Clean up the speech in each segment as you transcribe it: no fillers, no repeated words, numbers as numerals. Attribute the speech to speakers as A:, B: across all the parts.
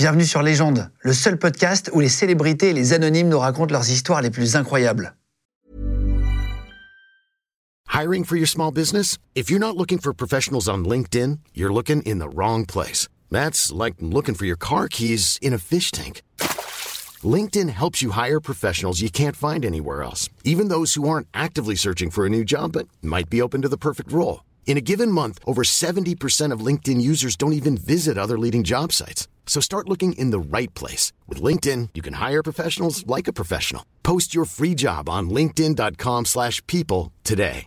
A: Bienvenue sur Légende, le seul podcast où les célébrités et les anonymes nous racontent leurs histoires les plus incroyables.
B: Hiring for your small business? If you're not looking for professionals on LinkedIn, you're looking in the wrong place. That's like looking for your car keys in a fish tank. LinkedIn helps you hire professionals you can't find anywhere else, even those who aren't actively searching for a new job but might be open to the perfect role. In a given month, over 70% of LinkedIn users don't even visit other leading job sites. So start looking in the right place. With LinkedIn, you can hire professionals like a professional. Post your free job on linkedin.com/people today.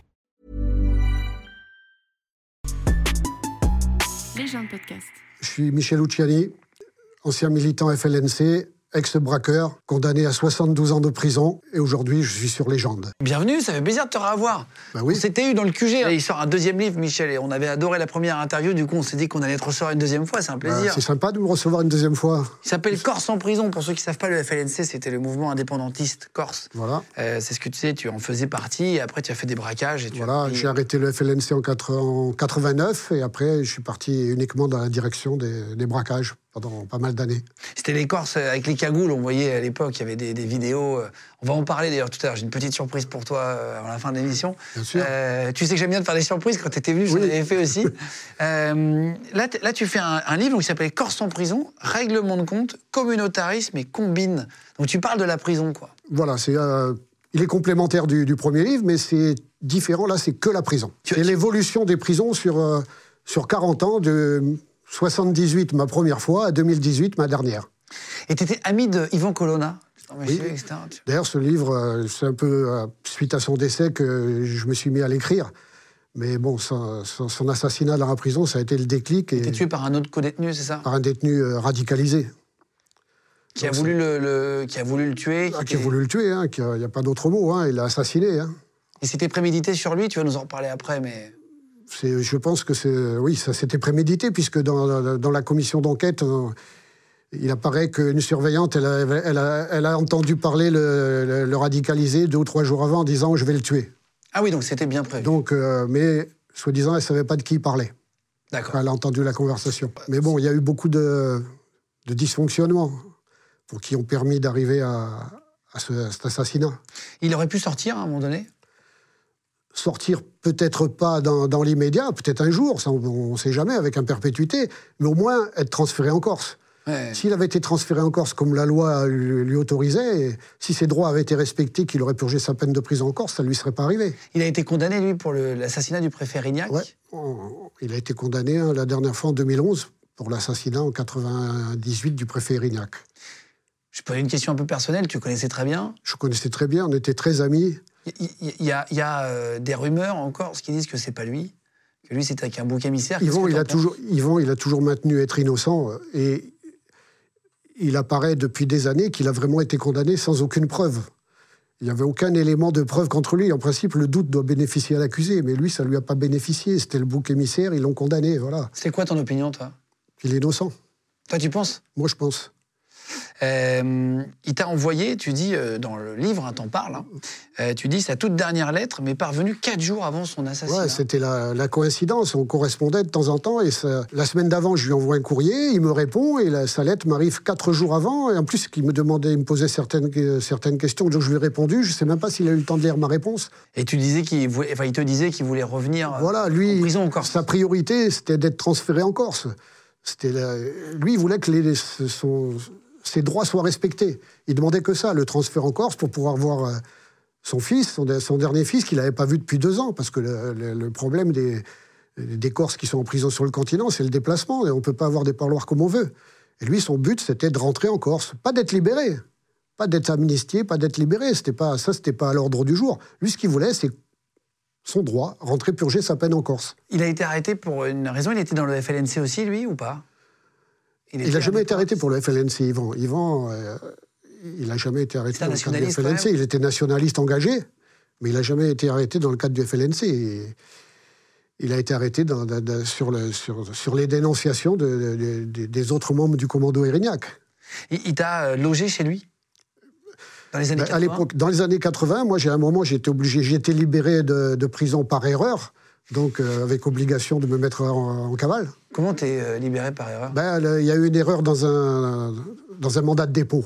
C: Légende podcast.
D: Je suis Michel Luciani, ancien militant FLNC, ex-braqueur, condamné à 72 ans de prison, et aujourd'hui je suis sur Légende.
A: Bienvenue, ça fait plaisir de te revoir.
D: Bah oui.
A: On s'était eu dans le QG, là, il sort un deuxième livre, Michel, et on avait adoré la première interview, du coup on s'est dit qu'on allait te recevoir une deuxième fois, c'est un plaisir.
D: C'est sympa de me recevoir une deuxième fois.
A: Il s'appelle Corse en prison, pour ceux qui ne savent pas, le FLNC, c'était le mouvement indépendantiste corse.
D: Voilà.
A: C'est ce que tu sais, tu en faisais partie, et après tu as fait des braquages. Et
D: J'ai arrêté le FLNC en 89, et après je suis parti uniquement dans la direction des braquages pendant pas mal d'années.
A: C'était les Corses avec les cagoules, on voyait à l'époque, il y avait des vidéos. On va en parler d'ailleurs tout à l'heure, j'ai une petite surprise pour toi à la fin de l'émission.
D: Bien sûr.
A: Tu sais que j'aime bien te faire des surprises, quand tu étais venu, j'en avais fait aussi. Là, tu fais un livre qui s'appelle Corse en prison, règlement de compte, communautarisme et combine. Donc tu parles de la prison, quoi.
D: Voilà, il est complémentaire du premier livre, mais c'est différent, là c'est que la prison. C'est l'évolution des prisons sur 40 ans, de 78 ma première fois à 2018 ma dernière.
A: Et tu étais ami de Yvan Colonna,
D: oui.
A: etc.
D: D'ailleurs, ce livre, c'est un peu suite à son décès que je me suis mis à l'écrire. Mais bon, son assassinat dans la prison, ça a été le déclic.
A: Il était tué par un autre co-détenu, c'est ça?
D: Par un détenu radicalisé.
A: Qui a voulu le tuer.
D: Qui a voulu le tuer, hein, il n'y a pas d'autre mot, hein, il l'a assassiné. Hein.
A: Et c'était prémédité sur lui, tu vas nous en reparler après, mais...
D: Je pense que ça s'était prémédité, puisque dans la commission d'enquête, il apparaît qu'une surveillante, elle a entendu parler le radicalisé 2 ou 3 jours avant en disant « je vais le tuer ».
A: Ah oui, donc c'était bien prévu.
D: Donc, mais, soi-disant, elle ne savait pas de qui il parlait.
A: D'accord.
D: Elle a entendu la conversation. Mais bon, il y a eu beaucoup de dysfonctionnements qui ont permis d'arriver à cet assassinat.
A: Il aurait pu sortir à un moment donné?
D: Sortir peut-être pas dans l'immédiat, peut-être un jour, ça, on ne sait jamais, avec un perpétuité, mais au moins être transféré en Corse.
A: Ouais.
D: S'il avait été transféré en Corse comme la loi lui autorisait, et si ses droits avaient été respectés, qu'il aurait purgé sa peine de prison en Corse, ça ne lui serait pas arrivé.
A: Il a été condamné, lui, pour l'assassinat du préfet Rignac?
D: Ouais, il a été condamné la dernière fois en 2011 pour l'assassinat en 98 du préfet Rignac.
A: Je pose une question un peu personnelle, tu connaissais très bien?
D: Je connaissais très bien, on était très amis.
A: Il y a des rumeurs en Corse qui disent que c'est pas lui, que lui c'était avec un bouc émissaire.
D: Yvan, il a toujours maintenu être innocent, et il apparaît depuis des années qu'il a vraiment été condamné sans aucune preuve. Il n'y avait aucun élément de preuve contre lui. En principe, le doute doit bénéficier à l'accusé, mais lui, ça ne lui a pas bénéficié. C'était le bouc émissaire, ils l'ont condamné, voilà.
A: C'est quoi ton opinion, toi?
D: Il est innocent.
A: Toi, tu penses?
D: Moi, je pense.
A: Il t'a envoyé, tu dis, dans le livre, hein, t'en parles, hein, tu dis sa toute dernière lettre m'est parvenue 4 jours avant son assassinat.
D: Ouais, c'était la coïncidence, on correspondait de temps en temps, et la semaine d'avant, je lui envoie un courrier, il me répond, et sa lettre m'arrive 4 jours avant, et en plus, il me posait certaines questions, donc je lui ai répondu, je ne sais même pas s'il a eu le temps de lire ma réponse.
A: Et tu disais il te disait qu'il voulait revenir
D: voilà, lui,
A: en prison en Corse.
D: Sa priorité, c'était d'être transféré en Corse. Lui, il voulait que ses droits soient respectés. Il demandait que ça, le transfert en Corse, pour pouvoir voir son fils, son dernier fils, qu'il n'avait pas vu depuis 2 ans, parce que le problème des Corses qui sont en prison sur le continent, c'est le déplacement, et on ne peut pas avoir des parloirs comme on veut. Et lui, son but, c'était de rentrer en Corse, pas d'être libéré, pas d'être amnistié, pas d'être libéré, c'était pas à l'ordre du jour. Lui, ce qu'il voulait, c'est son droit, rentrer purger sa peine en Corse.
A: Il a été arrêté pour une raison, il était dans le FLNC aussi, lui, ou pas?
D: Il n'a jamais été arrêté pour le FLNC, Yvan. Il n'a jamais été arrêté dans le cadre du FLNC. Il était nationaliste engagé, mais il n'a jamais été arrêté dans le cadre du FLNC. Il a été arrêté sur les dénonciations des autres membres du commando Erignac.
A: Il t'a logé chez lui? Dans les années 80?
D: À l'époque, dans les années 80, moi, j'ai un moment, j'ai été libéré de prison par erreur, donc avec obligation de me mettre en cavale.
A: Comment t'es libéré par erreur?
D: Il y a eu une erreur dans un mandat de dépôt.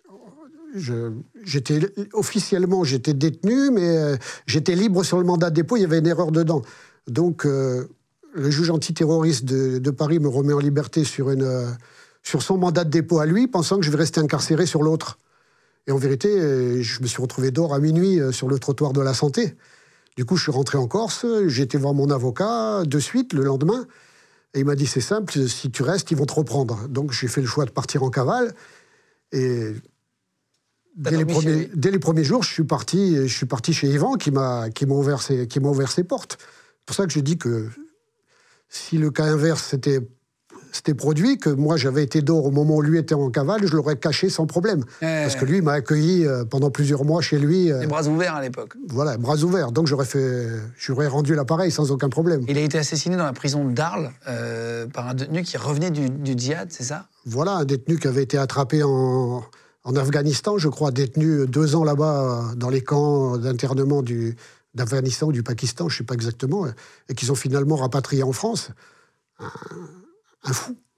D: Officiellement, j'étais détenu, mais j'étais libre sur le mandat de dépôt, il y avait une erreur dedans. Donc, le juge antiterroriste de Paris me remet en liberté sur son mandat de dépôt à lui, pensant que je vais rester incarcéré sur l'autre. Et en vérité, je me suis retrouvé dehors à minuit sur le trottoir de la Santé. Du coup, je suis rentré en Corse, j'ai été voir mon avocat de suite, le lendemain, et il m'a dit, c'est simple, si tu restes, ils vont te reprendre. Donc, j'ai fait le choix de partir en cavale, et dès les premiers jours, je suis parti chez Yvan, qui m'a ouvert ses portes. C'est pour ça que je dis que si le cas inverse s'était produit, que moi j'avais été dehors au moment où lui était en cavale, je l'aurais caché sans problème. Parce que lui, il m'a accueilli pendant plusieurs mois chez lui.
A: Les bras ouverts à l'époque.
D: Voilà, bras ouverts. Donc j'aurais rendu l'appareil sans aucun problème.
A: Il a été assassiné dans la prison d'Arles par un détenu qui revenait du djihad, c'est ça? Voilà,
D: un détenu qui avait été attrapé en Afghanistan, je crois, détenu 2 ans là-bas dans les camps d'internement d'Afghanistan ou du Pakistan, je ne sais pas exactement, et qu'ils ont finalement rapatrié en France. Un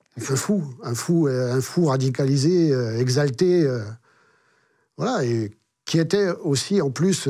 D: fou radicalisé, exalté, voilà, et qui était aussi en plus,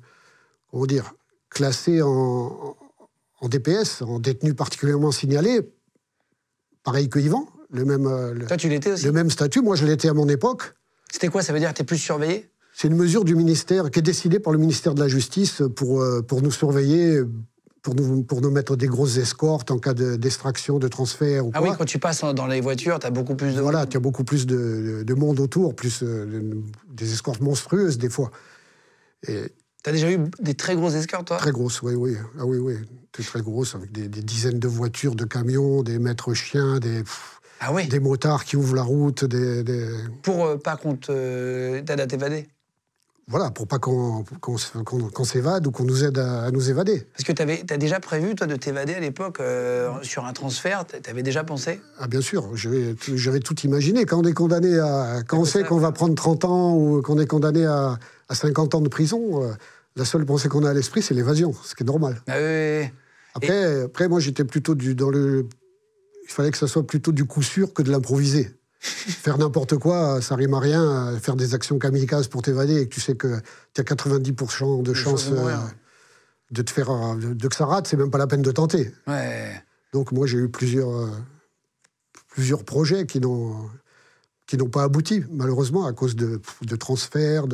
D: classé en DPS, en détenu particulièrement signalé, pareil que Yvan,
A: Toi, tu l'étais aussi?
D: Le même statut, moi je l'étais à mon époque.
A: C'était quoi? Ça veut dire que tu es plus surveillé?
D: C'est une mesure du ministère qui est décidée par le ministère de la Justice pour nous surveiller, pour nous mettre des grosses escortes en cas d'extraction, de transfert ou quoi.
A: Ah oui, quand tu passes dans les voitures, tu as beaucoup plus de monde.
D: Voilà, tu as beaucoup plus de monde autour, plus des escortes monstrueuses des fois. Tu
A: as déjà eu des très grosses escortes, toi?
D: Très grosses, oui. Ah oui, très grosses, avec des dizaines de voitures, de camions, des maîtres chiens, des motards qui ouvrent la route.
A: Pour pas qu'on t'aide à t'évader?
D: Voilà, pour pas qu'on s'évade ou qu'on nous aide à nous évader.
A: Parce que t'as déjà prévu, toi, de t'évader à l'époque sur un transfert? T'avais déjà pensé?
D: Ah bien sûr, j'avais tout imaginé. Quand on est condamné quand on sait qu'on va prendre 30 ans ou qu'on est condamné à 50 ans de prison, la seule pensée qu'on a à l'esprit, c'est l'évasion, ce qui est normal.
A: Ah oui.
D: Après, moi, j'étais plutôt il fallait que ça soit plutôt du coup sûr que de l'improviser. Faire n'importe quoi, ça rime à rien. Faire des actions kamikazes pour t'évader et que tu sais que tu as 90% de chances de que ça rate, c'est même pas la peine de tenter.
A: Ouais.
D: Donc moi, j'ai eu plusieurs projets qui n'ont pas abouti, malheureusement, à cause de transferts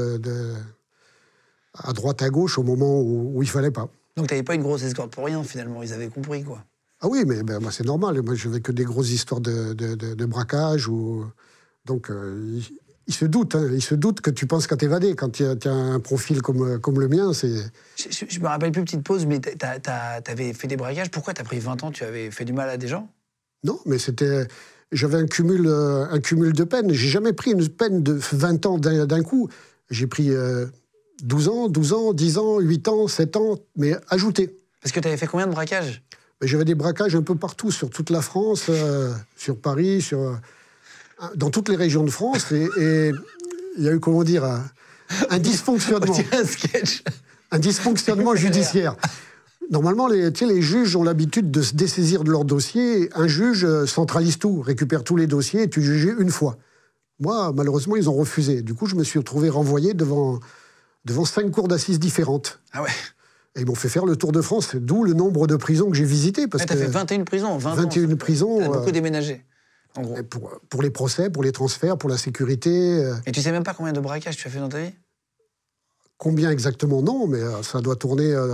D: à droite, à gauche, au moment où il fallait pas.
A: Donc t'avais pas une grosse escorte pour rien, finalement, ils avaient compris, quoi.
D: Ah oui, mais moi, c'est normal. Moi, je n'avais que des grosses histoires de braquage. Donc, ils se doutent. Ils se doutent que tu penses qu'à t'évader. Quand tu as un profil comme le mien, c'est...
A: Je me rappelle plus, petite pause, mais t'avais fait des braquages. Pourquoi t'as pris 20 ans? Tu avais fait du mal à des gens?
D: Non, mais c'était... J'avais un cumul de peines. J'ai jamais pris une peine de 20 ans d'un coup. J'ai pris 12 ans, 10 ans, 8 ans, 7 ans, mais ajoutés.
A: Parce que t'avais fait combien de braquages?
D: J'avais des braquages un peu partout, sur toute la France, sur Paris, dans toutes les régions de France. Et il y a eu, comment dire, un dysfonctionnement.
A: Un sketch.
D: Un dysfonctionnement judiciaire. Normalement, les juges ont l'habitude de se dessaisir de leur dossier. Un juge centralise tout, récupère tous les dossiers et tu juges une fois. Moi, malheureusement, ils ont refusé. Du coup, je me suis retrouvé renvoyé devant 5 cours d'assises différentes.
A: Ah ouais.
D: Et ils m'ont fait faire le tour de France, d'où le nombre de prisons que j'ai visitées.
A: T'as fait 21 prisons en 20 ans.
D: 21 prisons.
A: T'as beaucoup déménagé, en gros.
D: Pour les procès, pour les transferts, pour la sécurité.
A: Et tu sais même pas combien de braquages tu as fait dans ta vie?
D: Combien exactement, non, mais ça doit tourner à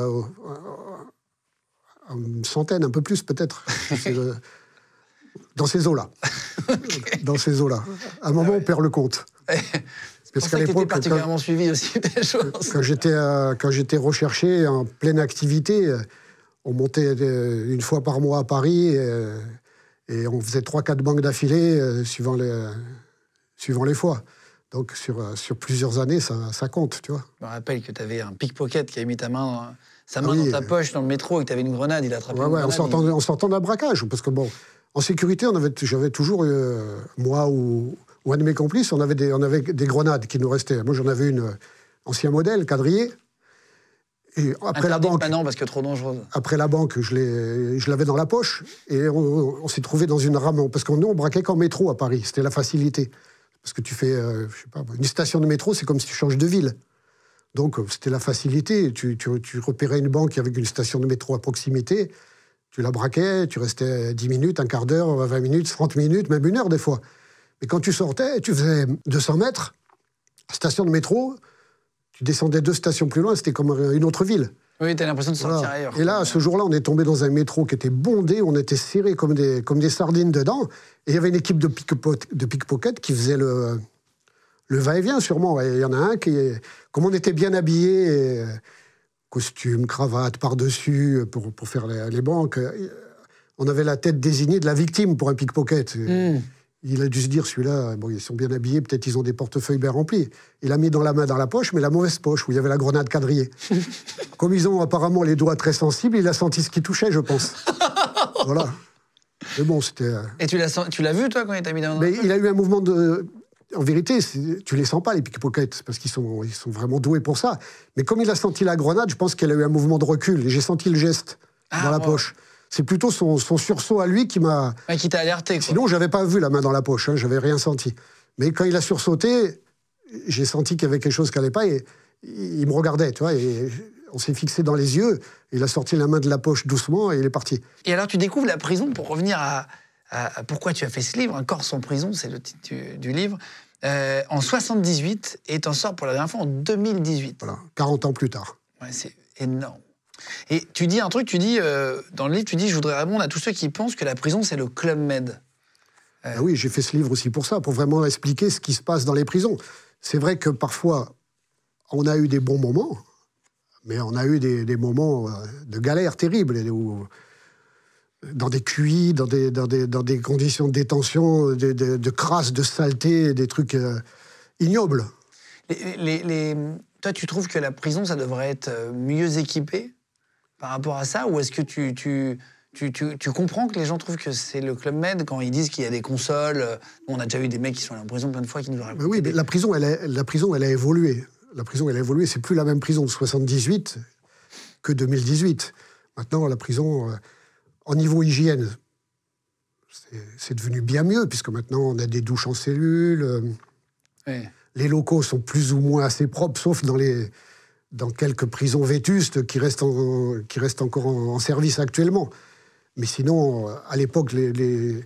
D: une centaine, un peu plus peut-être. Dans ces eaux-là. Okay. Dans ces eaux-là. À un moment, on perd le compte.
A: Parce qu'à l'époque, particulièrement suivi aussi des choses.
D: Quand j'étais recherché en pleine activité, on montait une fois par mois à Paris et on faisait 3-4 banques d'affilée suivant les fois. Donc sur plusieurs années, ça compte, tu vois.
A: Je me rappelle que tu avais un pickpocket qui avait mis sa main dans ta poche dans le métro et que tu avais une grenade, il a attrapé une grenade.
D: En sortant d'un braquage, parce que bon, en sécurité, j'avais toujours, moi ou un de mes complices, on avait des grenades qui nous restaient. Moi, j'en avais une ancien modèle, quadrillée. Et après la banque...
A: Maintenant, parce que trop dangereuse.
D: Après la banque, je l'avais dans la poche, et on s'est trouvé dans une rame. Parce que nous, on braquait qu'en métro à Paris. C'était la facilité. Parce que tu fais, je sais pas, une station de métro, c'est comme si tu changes de ville. Donc, c'était la facilité. Tu repérais une banque avec une station de métro à proximité, tu la braquais, tu restais 10 minutes, un quart d'heure, 20 minutes, 30 minutes, même 1 heure des fois. Mais quand tu sortais, tu faisais 200 mètres, station de métro, tu descendais 2 stations plus loin, c'était comme une autre ville.
A: Oui, t'as l'impression de sortir ailleurs.
D: Et là, ce jour-là, on est tombé dans un métro qui était bondé, on était serrés comme des sardines dedans, et il y avait une équipe de pickpocket qui faisait le va-et-vient, sûrement. Et il y en a un qui, comme on était bien habillés, costume, cravate, par-dessus, pour faire les banques, on avait la tête désignée de la victime pour un pickpocket. Il a dû se dire, celui-là, bon, ils sont bien habillés, peut-être ils ont des portefeuilles bien remplis. Il a mis dans la main dans la poche, mais la mauvaise poche, où il y avait la grenade quadrillée. Comme ils ont apparemment les doigts très sensibles, il a senti ce qui touchait, je pense. Voilà. Mais bon, c'était...
A: Et tu l'as vu, toi, quand il t'a mis dans la poche ?
D: Il a eu un mouvement de... En vérité, tu les sens pas, les pickpockets, parce qu'ils sont vraiment doués pour ça. Mais comme il a senti la grenade, je pense qu'il a eu un mouvement de recul. Et j'ai senti le geste dans la poche. C'est plutôt son sursaut à lui qui m'a...
A: Ouais, qui t'a alerté, quoi.
D: Sinon, j'avais pas vu la main dans la poche, hein, j'avais rien senti. Mais quand il a sursauté, j'ai senti qu'il y avait quelque chose qui allait pas, et il me regardait, tu vois, et on s'est fixé dans les yeux, il a sorti la main de la poche doucement, et il est parti.
A: Et alors, tu découvres la prison, pour revenir à pourquoi tu as fait ce livre, Un Corse en prison, c'est le titre du livre, en 78, et t'en sors pour la dernière fois en 2018.
D: Voilà, 40 ans plus tard.
A: Ouais, c'est énorme. Et tu dis un truc, dans le livre, tu dis, je voudrais répondre à tous ceux qui pensent que la prison, c'est le Club Med.
D: Ah oui, j'ai fait ce livre aussi pour ça, pour vraiment expliquer ce qui se passe dans les prisons. C'est vrai que parfois, on a eu des bons moments, mais on a eu des moments de galère terribles, dans des QI, dans des conditions de détention, de crasse, de saleté, des trucs ignobles.
A: Toi, tu trouves que la prison, ça devrait être mieux équipé par rapport à ça, ou est-ce que tu comprends que les gens trouvent que c'est le Club Med quand ils disent qu'il y a des consoles? On a déjà eu des mecs qui sont allés en prison plein de fois qui nous ont raconté.
D: Oui, mais la prison, elle a évolué. La prison, elle a évolué. C'est plus la même prison de 78 que 2018. Maintenant, la prison, en niveau hygiène, c'est devenu bien mieux, puisque maintenant, on a des douches en cellule.
A: Oui.
D: Les locaux sont plus ou moins assez propres, sauf dans quelques prisons vétustes qui restent encore en service actuellement. Mais sinon, à l'époque, les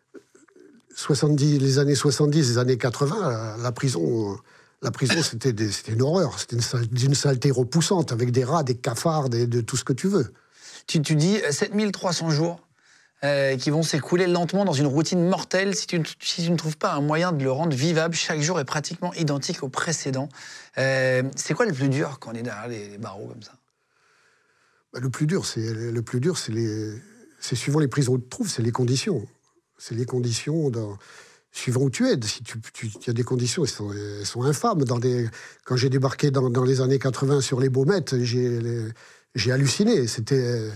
D: années 70, les années 80, la prison, c'était une horreur. C'était d'une saleté repoussante, avec des rats, des cafards, de tout ce que tu veux.
A: Tu dis 7300 jours qui vont s'écouler lentement dans une routine mortelle si tu ne trouves pas un moyen de le rendre vivable. Chaque jour est pratiquement identique au précédent. C'est quoi le plus dur quand on est derrière les barreaux comme ça?
D: Le plus dur, c'est suivant les prisons où tu te trouves, c'est les conditions. C'est les conditions suivant où tu es. Si il y a des conditions, elles sont infâmes. Quand j'ai débarqué dans les années 80 sur les Baumettes, j'ai halluciné. C'était...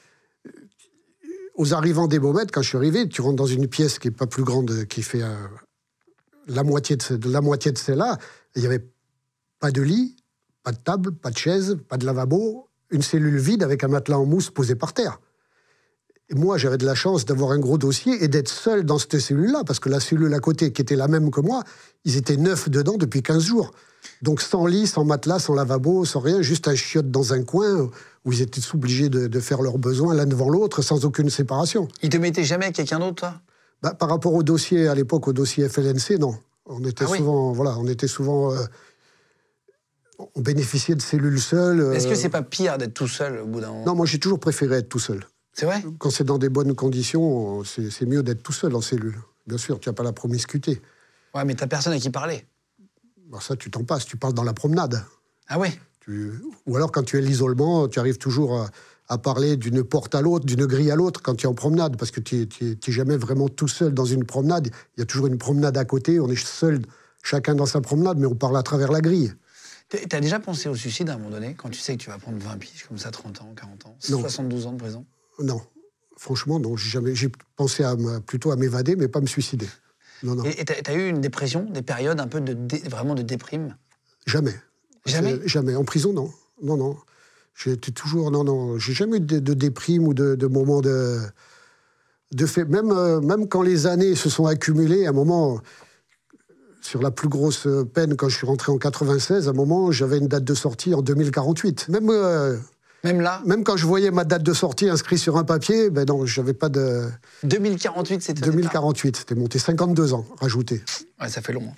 D: Aux arrivants des Baumettes, quand je suis arrivé, tu rentres dans une pièce qui n'est pas plus grande, qui fait la moitié de celle-là. Il n'y avait pas de lit, pas de table, pas de chaise, pas de lavabo, une cellule vide avec un matelas en mousse posé par terre. Et moi, j'avais de la chance d'avoir un gros dossier et d'être seul dans cette cellule-là, parce que la cellule à côté, qui était la même que moi, ils étaient 9 dedans depuis 15 jours. Donc sans lit, sans matelas, sans lavabo, sans rien, juste un chiotte dans un coin où ils étaient obligés de faire leurs besoins l'un devant l'autre sans aucune séparation.
A: Ils te mettaient jamais avec quelqu'un d'autre, toi?
D: Par rapport au dossier, à l'époque, au dossier FLNC, non. On était souvent... on bénéficiait de cellules seules.
A: Est-ce que c'est pas pire d'être tout seul au bout d'un moment?
D: Non, moi j'ai toujours préféré être tout seul.
A: C'est vrai?
D: Quand c'est dans des bonnes conditions, c'est mieux d'être tout seul en cellule. Bien sûr, tu n'as pas la promiscuité.
A: Ouais, mais t'as personne à qui parler.
D: Ça, tu t'en passes, tu parles dans la promenade.
A: Ah oui?
D: Ou alors, quand tu es à l'isolement, tu arrives toujours à parler d'une porte à l'autre, d'une grille à l'autre, quand tu es en promenade, parce que tu n'es jamais vraiment tout seul dans une promenade. Il y a toujours une promenade à côté, on est seul, chacun dans sa promenade, mais on parle à travers la grille.
A: T'as déjà pensé au suicide à un moment donné, quand tu sais que tu vas prendre 20 piges, comme ça, 30 ans, 40 ans,
D: non.
A: 72 ans de prison?
D: Non. Franchement, non. J'ai pensé plutôt à m'évader, mais pas me suicider. Non, non.
A: Et t'as eu une dépression, des périodes un peu vraiment de déprime?
D: Jamais.
A: Jamais?
D: Jamais. En prison, non. Non, non. J'ai été toujours... Non, j'ai jamais eu de déprime ou de moments de fait. Même quand les années se sont accumulées, à un moment, sur la plus grosse peine, quand je suis rentré en 96, à un moment, j'avais une date de sortie en 2048.
A: Même là
D: Même quand je voyais ma date de sortie inscrite sur un papier, ben non, j'avais pas de...
A: 2048, c'était
D: 2048, c'était monté 52 ans, rajouté.
A: Ouais, ça fait long.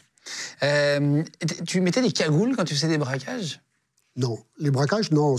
A: Tu mettais des cagoules quand tu faisais des braquages?
D: Non, les braquages, non.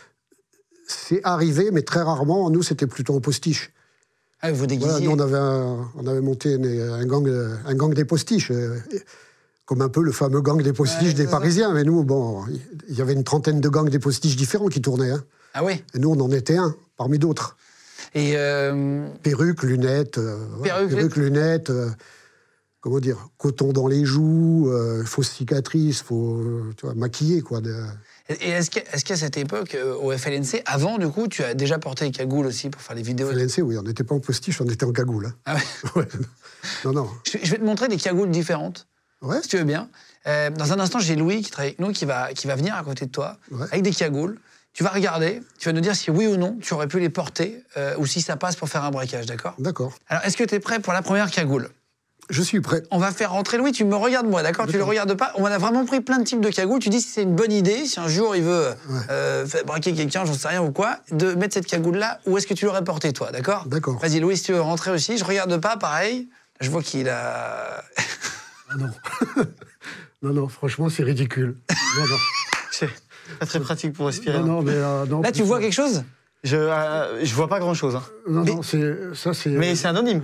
D: C'est arrivé, mais très rarement. Nous, c'était plutôt en postiche.
A: Ah, vous déguisiez?
D: Voilà, on avait monté un gang des postiches, comme un peu le fameux gang des postiches des Parisiens. Mais nous, bon, il y avait une trentaine de gangs des postiches différents qui tournaient. Hein.
A: Ah oui?
D: Et nous, on en était un, parmi d'autres.
A: Et
D: perruque, lunettes, lunettes, comment dire, coton dans les joues, fausses cicatrices, tu vois, maquiller, quoi.
A: Et est-ce qu'à cette époque, au FLNC, avant, du coup, tu as déjà porté les cagoules aussi pour faire les vidéos?
D: FLNC, oui, on n'était pas en postiche, on était en cagoule. Hein.
A: Ah ouais?
D: Ouais. Non.
A: Je vais te montrer des cagoules différentes, si tu veux bien. Dans un instant, j'ai Louis qui travaille avec nous, qui va venir à côté de toi, avec des cagoules. Tu vas regarder, tu vas nous dire si oui ou non, tu aurais pu les porter, ou si ça passe pour faire un braquage, d'accord?
D: D'accord.
A: Alors, est-ce que tu es prêt pour la première cagoule?
D: Je suis prêt.
A: On va faire rentrer Louis, tu me regardes moi, d'accord? Tu le regardes pas. On a vraiment pris plein de types de cagoules. Tu dis si c'est une bonne idée, si un jour il veut braquer quelqu'un, j'en sais rien ou quoi, de mettre cette cagoule-là, où est-ce que tu l'aurais portée, toi, d'accord?
D: D'accord.
A: Vas-y, Louis, si tu veux rentrer aussi. Je regarde pas, pareil. Je vois qu'il a...
D: Ah non. non, franchement, c'est ridicule. Non.
C: C'est pas très pratique pour respirer.
D: Non, mais... non,
A: là, tu vois quelque chose?
C: Je vois pas grand-chose. Hein.
D: Non, c'est...
C: Mais c'est anonyme.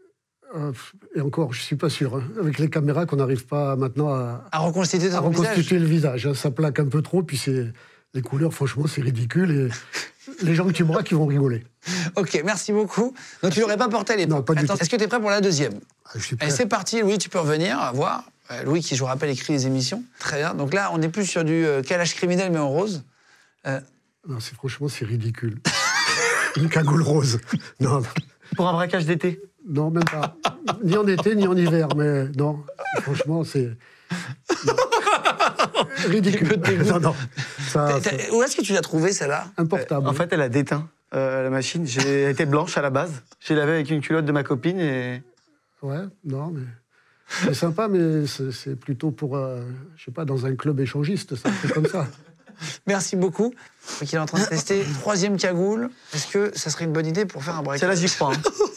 D: Et encore, je suis pas sûr. Hein. Avec les caméras, qu'on n'arrive pas maintenant
A: à reconstituer ton
D: reconstituer le visage. Hein. Ça plaque un peu trop, puis les couleurs, franchement, c'est ridicule. Et les gens que tu braques, ils vont rigoler.
A: Ok, merci beaucoup. Donc tu l'aurais pas porté à l'époque?
D: Non, pas du tout.
A: Est-ce que tu es prêt pour la deuxième?
D: Je suis prêt.
A: Allez, c'est parti, Louis, tu peux revenir voir. Louis, qui, je vous rappelle, écrit les émissions. Très bien. Donc là, on n'est plus sur du calage criminel, mais en rose.
D: Non, franchement, c'est ridicule. Une cagoule rose. Non.
C: Pour un braquage d'été?
D: Non, même pas. Ni en été, ni en hiver. Mais non, franchement, c'est... Non. Ridicule. Non.
A: Où est-ce que tu l'as trouvée, celle-là?
D: Importable.
C: En fait, elle a déteint la machine. Elle était blanche à la base. J'ai lavé avec une culotte de ma copine et...
D: Ouais, non, mais... C'est sympa, mais c'est plutôt pour, je sais pas, dans un club échangiste, c'est un truc comme ça.
A: Merci beaucoup. Donc, il est en train de tester troisième cagoule. Est-ce que ça serait une bonne idée pour faire un braquage?
C: Celle-là, j'y crois.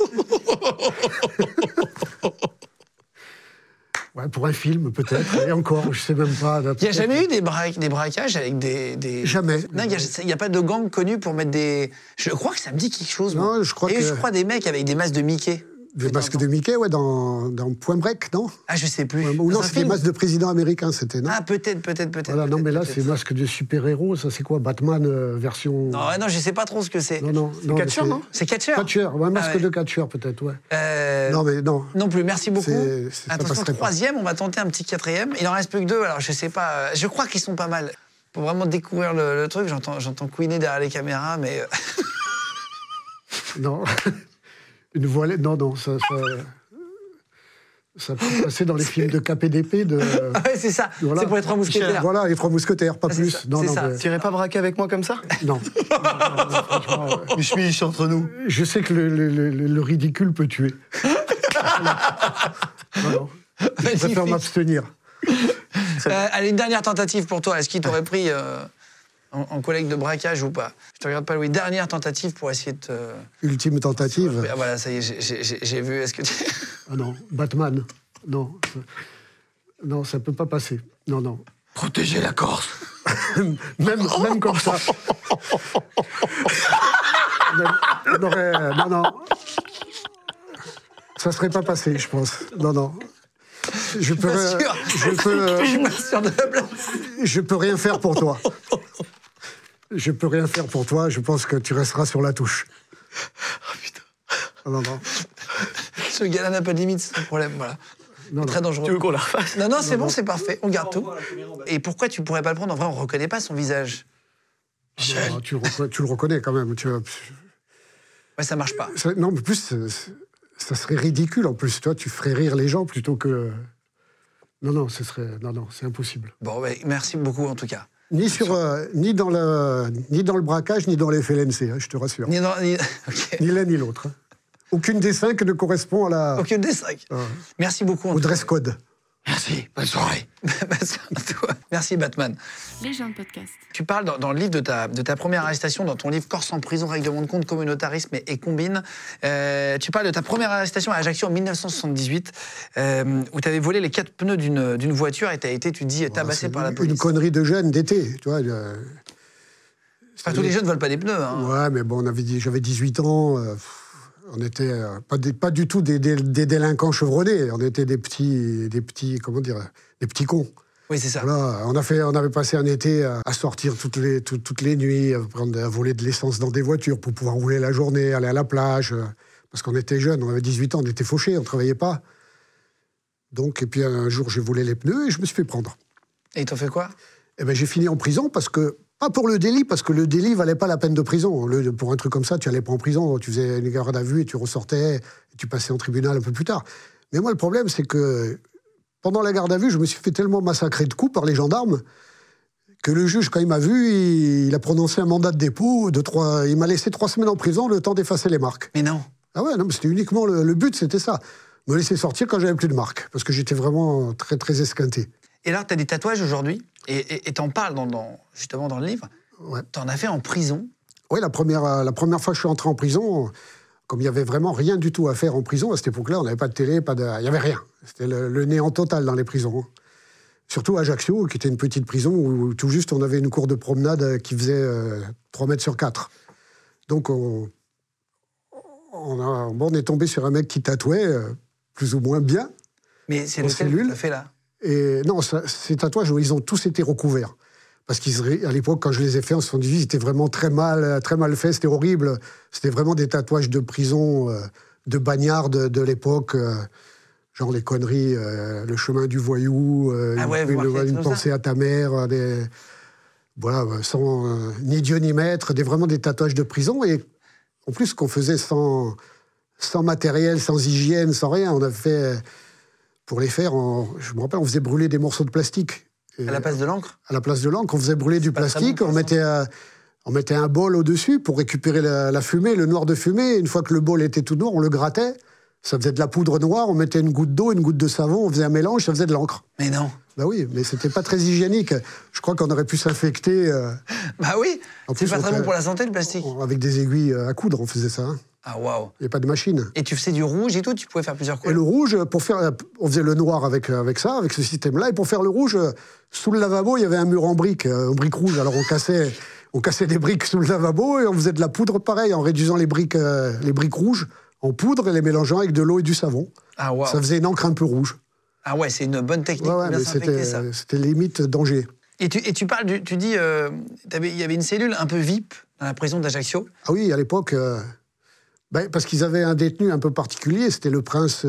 C: Hein.
D: Ouais, pour un film, peut-être. Et encore, je sais même pas.
A: Il n'y a jamais eu des braquages avec des...
D: Jamais.
A: Non, il n'y a pas de gang connu pour mettre des... Je crois que ça me dit quelque chose, moi.
D: Non, je crois
A: je crois des mecs avec des masques de Mickey.
D: Des masques de Mickey, ouais, dans Point Break, non?
A: Ah, je sais plus.
D: Ou non, c'est des masques de président américain, c'était, non?
A: Ah, peut-être.
D: Voilà, non, mais là, c'est masques de super-héros, ça, c'est quoi? Batman version...
A: Non, je sais pas trop ce que c'est.
D: Non.
C: C'est catcheur, non?
A: C'est catcheur?
D: Catcheur, ouais, masque de catcheur, peut-être, ouais.
A: Non,
D: mais non.
A: Non plus, merci beaucoup.
D: Attention,
A: troisième, on va tenter un petit quatrième. Il en reste plus que deux, alors je sais pas. Je crois qu'ils sont pas mal. Pour vraiment découvrir le truc, j'entends couiner derrière les caméras, mais...
D: Non. Une voilette, non, ça peut passer dans les films de KPDP.
A: Ouais, c'est ça, voilà. C'est pour les Trois Mousquetaires.
D: Voilà, les Trois Mousquetaires, pas plus.
A: Ça, non,
D: mais...
C: Tu irais pas braquer avec moi comme ça?
D: Non. Franchement,
C: je suis entre nous.
D: Je sais que le ridicule peut tuer. Non. Je préfère m'abstenir.
A: Allez, une dernière tentative pour toi. Est-ce qu'il t'aurait pris en collègue de braquage ou pas? Je te regarde pas, Louis. Dernière tentative pour essayer de te...
D: Ultime tentative.
A: Ah, voilà, ça y est, j'ai vu. Est-ce que tu...
D: Ah non, Batman. Non. Non, ça peut pas passer. Non.
C: Protéger la Corse.
D: même comme ça. Non. Ça serait pas passé, je pense. Non. Je peux rien faire pour toi. Je peux rien faire pour toi. Je pense que tu resteras sur la touche.
C: Oh putain.
D: Non.
A: Ce gars-là n'a pas de limite, c'est un problème, voilà.
D: Non.
A: Très dangereux.
C: Tu veux qu'on la refasse?
A: Non, c'est bon, c'est parfait. On garde tout. Et pourquoi tu pourrais pas le prendre? En vrai, on reconnaît pas son visage.
D: Non, tu le reconnais quand même.
A: Ouais, ça marche pas.
D: Non, mais plus, ça serait ridicule en plus. Toi, tu ferais rire les gens plutôt que... Non, c'est impossible.
A: Bon, merci beaucoup en tout cas.
D: Ni dans le braquage, ni dans les FLNC, hein, je te rassure.
A: Ok.
D: Ni l'un ni l'autre. Aucune des 5 ne correspond à la...
A: Aucune des 5. Merci beaucoup.
D: au dress code.
A: Merci, bonne soirée. Merci Batman.
E: Les gens de podcast.
A: Tu parles dans le livre de ta première arrestation, dans ton livre Corse en prison, règlement de compte, communautarisme et combine. Tu parles de ta première arrestation à Ajaccio en 1978, où tu avais volé les 4 pneus d'une voiture et tu as été, tu dis, tabassé par la police.
D: Une connerie de jeune d'été, tu vois.
A: Enfin, tous les jeunes ne volent pas des pneus. Hein.
D: Ouais, mais bon, j'avais 18 ans. On n'était pas du tout des délinquants chevronnés. On était des petits, comment dire, des petits cons.
A: Oui, c'est ça.
D: Voilà, on avait passé un été à sortir toutes les nuits, à voler de l'essence dans des voitures pour pouvoir rouler la journée, aller à la plage. Parce qu'on était jeunes, on avait 18 ans, on était fauchés, on ne travaillait pas. Donc, et puis un jour, j'ai volé les pneus et je me suis fait prendre.
A: Et ils t'ont fait quoi?
D: Eh ben, j'ai fini en prison parce que... Pas pour le délit, parce que le délit valait pas la peine de prison. Pour un truc comme ça, tu allais pas en prison, tu faisais une garde à vue et tu ressortais, et tu passais en tribunal un peu plus tard. Mais moi, le problème, c'est que pendant la garde à vue, je me suis fait tellement massacrer de coups par les gendarmes que le juge, quand il m'a vu, il a prononcé un mandat de dépôt il m'a laissé 3 semaines en prison, le temps d'effacer les marques.
A: Mais non.
D: Ah ouais, non, mais c'était uniquement le but, c'était ça. Me laisser sortir quand j'avais plus de marques, parce que j'étais vraiment très, très esquinté.
A: Et alors, tu as des tatouages aujourd'hui, et t'en parles justement dans le livre.
D: Ouais.
A: T'en as fait en prison.
D: Oui, la première fois que je suis entré en prison, comme il n'y avait vraiment rien du tout à faire en prison, à cette époque-là, on n'avait pas de télé, il n'y avait rien. C'était le néant total dans les prisons. Surtout à Ajaccio, qui était une petite prison où tout juste on avait une cour de promenade qui faisait 3 mètres sur 4. Donc on est tombé sur un mec qui tatouait plus ou moins bien.
A: Mais c'est lequel que tu as fait là?
D: Et non, ces tatouages, ils ont tous été recouverts. Parce qu'à l'époque, quand je les ai faits en 78, ils étaient vraiment très mal faits, c'était horrible. C'était vraiment des tatouages de prison, de bagnards de l'époque, genre les conneries, le chemin du voyou, une pensée à ta mère, voilà, sans ni Dieu ni maître, vraiment des tatouages de prison. Et en plus, qu'on faisait sans matériel, sans hygiène, sans rien. On a fait... Pour les faire, je me rappelle, on faisait brûler des morceaux de plastique.
A: À la place de l'encre? À
D: la place de l'encre, on faisait brûler du plastique, on mettait un bol au-dessus pour récupérer la fumée, le noir de fumée. Une fois que le bol était tout noir, on le grattait, ça faisait de la poudre noire, on mettait une goutte d'eau, une goutte de savon, on faisait un mélange, ça faisait de l'encre.
A: Mais non.
D: Bah oui, mais c'était pas très hygiénique. Je crois qu'on aurait pu s'infecter.
A: Bah oui, c'est pas très bon pour la santé, le plastique.
D: Avec des aiguilles à coudre, on faisait ça. Hein.
A: Ah, waouh.
D: Il n'y a pas de machine.
A: Et tu faisais du rouge et tout, tu pouvais faire plusieurs couleurs.
D: Et le rouge, on faisait le noir avec ce système-là. Et pour faire le rouge, sous le lavabo, il y avait un mur en briques rouge. Alors on cassait des briques sous le lavabo et on faisait de la poudre pareil, en réduisant les briques rouges en poudre et les mélangeant avec de l'eau et du savon.
A: Ah, waouh.
D: Ça faisait une encre un peu rouge.
A: Ah ouais, c'est une bonne technique pour bien s'infecter, ça.
D: C'était limite danger.
A: Et tu parles, tu dis, il y avait une cellule un peu VIP dans la prison d'Ajaccio.
D: Ah oui, à l'époque... parce qu'ils avaient un détenu un peu particulier, c'était le prince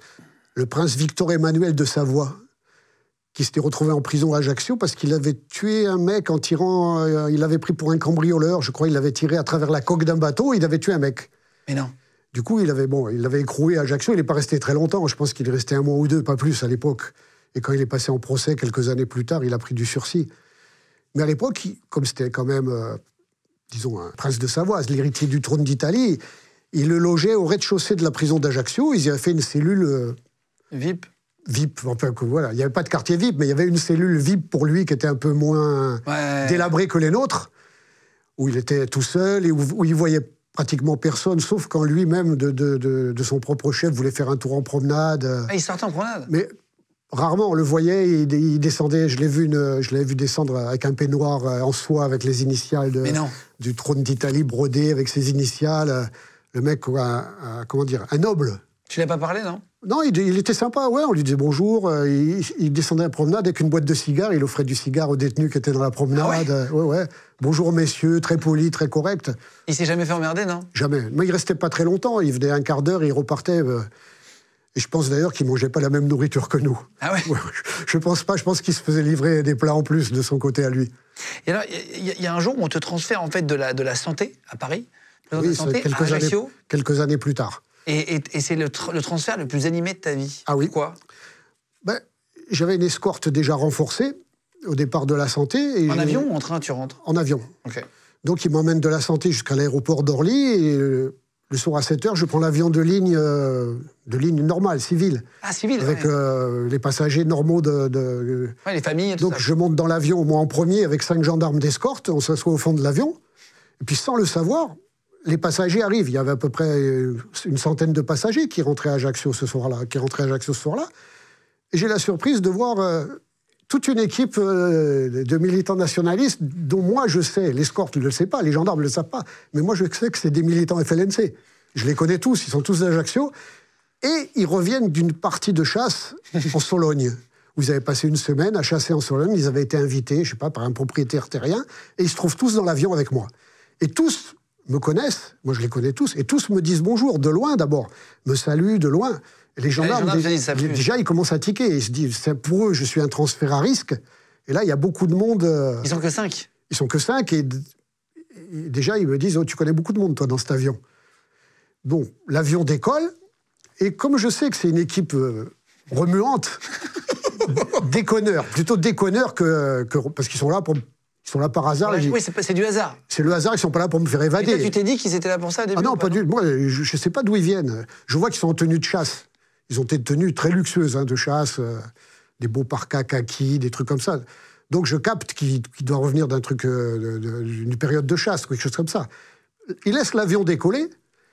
D: Victor Emmanuel de Savoie, qui s'était retrouvé en prison à Ajaccio parce qu'il avait tué un mec en tirant... il l'avait pris pour un cambrioleur, je crois, il l'avait tiré à travers la coque d'un bateau, il avait tué un mec.
A: Mais non.
D: Du coup, il l'avait écroué à Ajaccio, il n'est pas resté très longtemps, je pense qu'il est resté 1 mois ou 2, pas plus à l'époque. Et quand il est passé en procès, quelques années plus tard, il a pris du sursis. Mais à l'époque, comme c'était quand même, disons, un prince de Savoie, l'héritier du trône d'Italie... Il le logeait au rez-de-chaussée de la prison d'Ajaccio. Ils y avaient fait une cellule...
A: VIP.
D: Enfin, voilà. Il n'y avait pas de quartier VIP, mais il y avait une cellule VIP pour lui qui était un peu moins délabrée que les nôtres, où il était tout seul et où il voyait pratiquement personne, sauf quand lui-même, de son propre chef, voulait faire un tour en promenade.
A: Ah, il sortait en promenade?
D: Mais rarement, on le voyait, il descendait, je l'avais vu descendre avec un peignoir en soie avec les initiales du trône d'Italie brodé avec ses initiales... Le mec, comment dire, un noble.
A: Tu l'as pas parlé, non?
D: Non, il était sympa, ouais, on lui disait bonjour. Il descendait à la promenade avec une boîte de cigares, il offrait du cigare aux détenus qui étaient dans la promenade. Ah ouais. Bonjour messieurs, très poli, très correct.
A: Il s'est jamais fait emmerder, non? Jamais.
D: Mais il restait pas très longtemps, il venait un quart d'heure et il repartait. Et je pense d'ailleurs qu'il mangeait pas la même nourriture que nous.
A: Ah ouais?
D: Je pense pas, je pense qu'il se faisait livrer des plats en plus de son côté à lui.
A: Et alors, il y a un jour où on te transfère en fait de la santé à Paris.
D: Oui, quelques années plus tard.
A: Et c'est le transfert le plus animé de ta vie.
D: Ah oui.
A: Pourquoi?
D: J'avais une escorte déjà renforcée. au départ de la Santé. Et
A: en avion ou en train, tu rentres?
D: En avion.
A: Ok.
D: Donc, il m'emmène de la Santé jusqu'à l'aéroport d'Orly. Et le soir à 7h, je prends l'avion de ligne normale, civile.
A: Ah, civil,
D: avec
A: ouais.
D: les passagers normaux
A: Ouais, les familles et tout
D: Donc,
A: ça.
D: je monte dans l'avion, moi en premier, avec 5 gendarmes d'escorte. On s'assoit au fond de l'avion. Et puis, sans le savoir, les passagers arrivent. Il y avait à peu près une centaine de passagers qui rentraient à Ajaccio ce soir-là. Et j'ai la surprise de voir toute une équipe de militants nationalistes dont moi je sais, l'escorte ne le sait pas, les gendarmes ne le savent pas, mais moi je sais que c'est des militants FLNC. Je les connais tous, ils sont tous d'Ajaccio. Et ils reviennent d'une partie de chasse en Sologne. Où ils avaient passé une semaine à chasser en Sologne. Ils avaient été invités, je sais pas, par un propriétaire terrien. Et ils se trouvent tous dans l'avion avec moi. Et tous me connaissent, moi je les connais tous, et tous me disent bonjour, de loin d'abord, me saluent de loin. Et les gendarmes, déjà, ils commencent à tiquer. Ils se disent, pour eux, je suis un transfert à risque. Et là, il y a beaucoup de monde.
A: Ils sont que 5.
D: Ils sont que 5. Et déjà, ils me disent, oh, tu connais beaucoup de monde, toi, dans cet avion. Bon, l'avion décolle. Et comme je sais que c'est une équipe remuante, déconneurs, plutôt déconneurs parce qu'ils sont là pour... Ils sont là par hasard.
A: Oui, c'est du hasard.
D: C'est le hasard, ils sont pas là pour me faire évader.
A: Et toi, tu t'es dit qu'ils étaient là pour ça au début?
D: Ah non, pas du tout. Moi, je sais pas d'où ils viennent. Je vois qu'ils sont en tenue de chasse. Ils ont des tenues très luxueuses de chasse, des beaux parkas kaki, des trucs comme ça. Donc je capte qu'ils doivent revenir d'un truc, d'une période de chasse, quelque chose comme ça. Ils laissent l'avion décoller.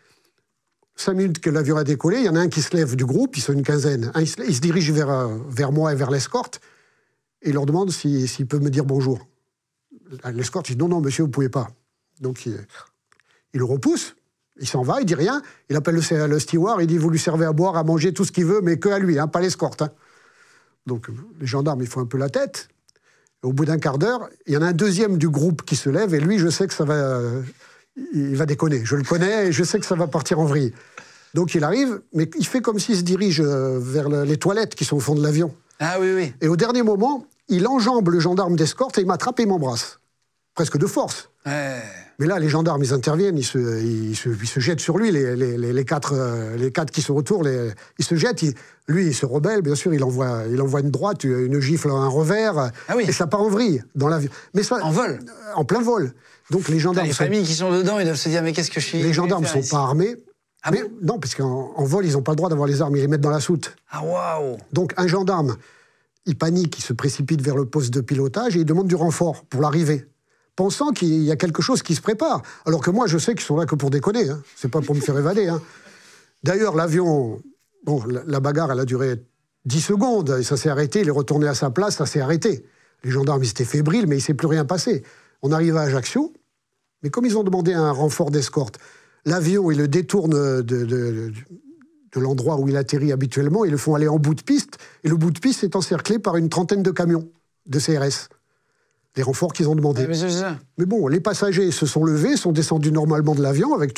D: 5 minutes que l'avion a décollé, il y en a un qui se lève du groupe, ils sont une quinzaine. Il se dirige vers moi et vers l'escorte, et il leur demande s'il peut me dire bonjour. L'escorte dit non, monsieur, vous pouvez pas. Donc il le repousse, il s'en va, il dit rien, il appelle le steward, il dit vous lui servez à boire, à manger, tout ce qu'il veut, mais que à lui, pas l'escorte. Donc les gendarmes, ils font un peu la tête. Et au bout d'un quart d'heure, il y en a un deuxième du groupe qui se lève, et lui, je sais que ça va... il va déconner. Je le connais, et je sais que ça va partir en vrille. Donc il arrive, mais il fait comme s'il se dirige vers les toilettes qui sont au fond de l'avion.
A: Ah oui, oui.
D: Et au dernier moment, il enjambe le gendarme d'escorte et il m'attrape et il m'embrasse. Presque de force.
A: Ouais.
D: Mais là, les gendarmes, ils interviennent, ils se jettent sur lui, les quatre qui sont autour, ils se jettent. Lui, il se rebelle, bien sûr, il envoie une droite, une gifle, un revers,
A: ah oui.
D: Et ça part en vrille dans l'avion. Mais ça,
A: en vol?
D: En plein vol. Donc les gendarmes...
A: Les familles qui sont dedans, ils doivent se dire, mais qu'est-ce que je suis...
D: Les gendarmes ne sont pas armés.
A: Ah
D: mais,
A: bon?
D: Non, parce qu'en vol, ils n'ont pas le droit d'avoir les armes, ils les mettent dans la soute.
A: Ah waouh!
D: Donc un gendarme, il panique, il se précipite vers le poste de pilotage et il demande du renfort pour l'arrivée, pensant qu'il y a quelque chose qui se prépare. Alors que moi, je sais qu'ils sont là que pour déconner, c'est pas pour me faire évader. D'ailleurs, l'avion, la bagarre, elle a duré 10 secondes, et ça s'est arrêté, il est retourné à sa place, ça s'est arrêté. Les gendarmes, ils étaient fébriles, mais il ne s'est plus rien passé. On arrive à Ajaccio, mais comme ils ont demandé un renfort d'escorte, l'avion, ils le détournent de l'endroit où il atterrit habituellement, ils le font aller en bout de piste, et le bout de piste est encerclé par une trentaine de camions de CRS. Les renforts qu'ils ont demandés. Mais bon, les passagers se sont levés, sont descendus normalement de l'avion avec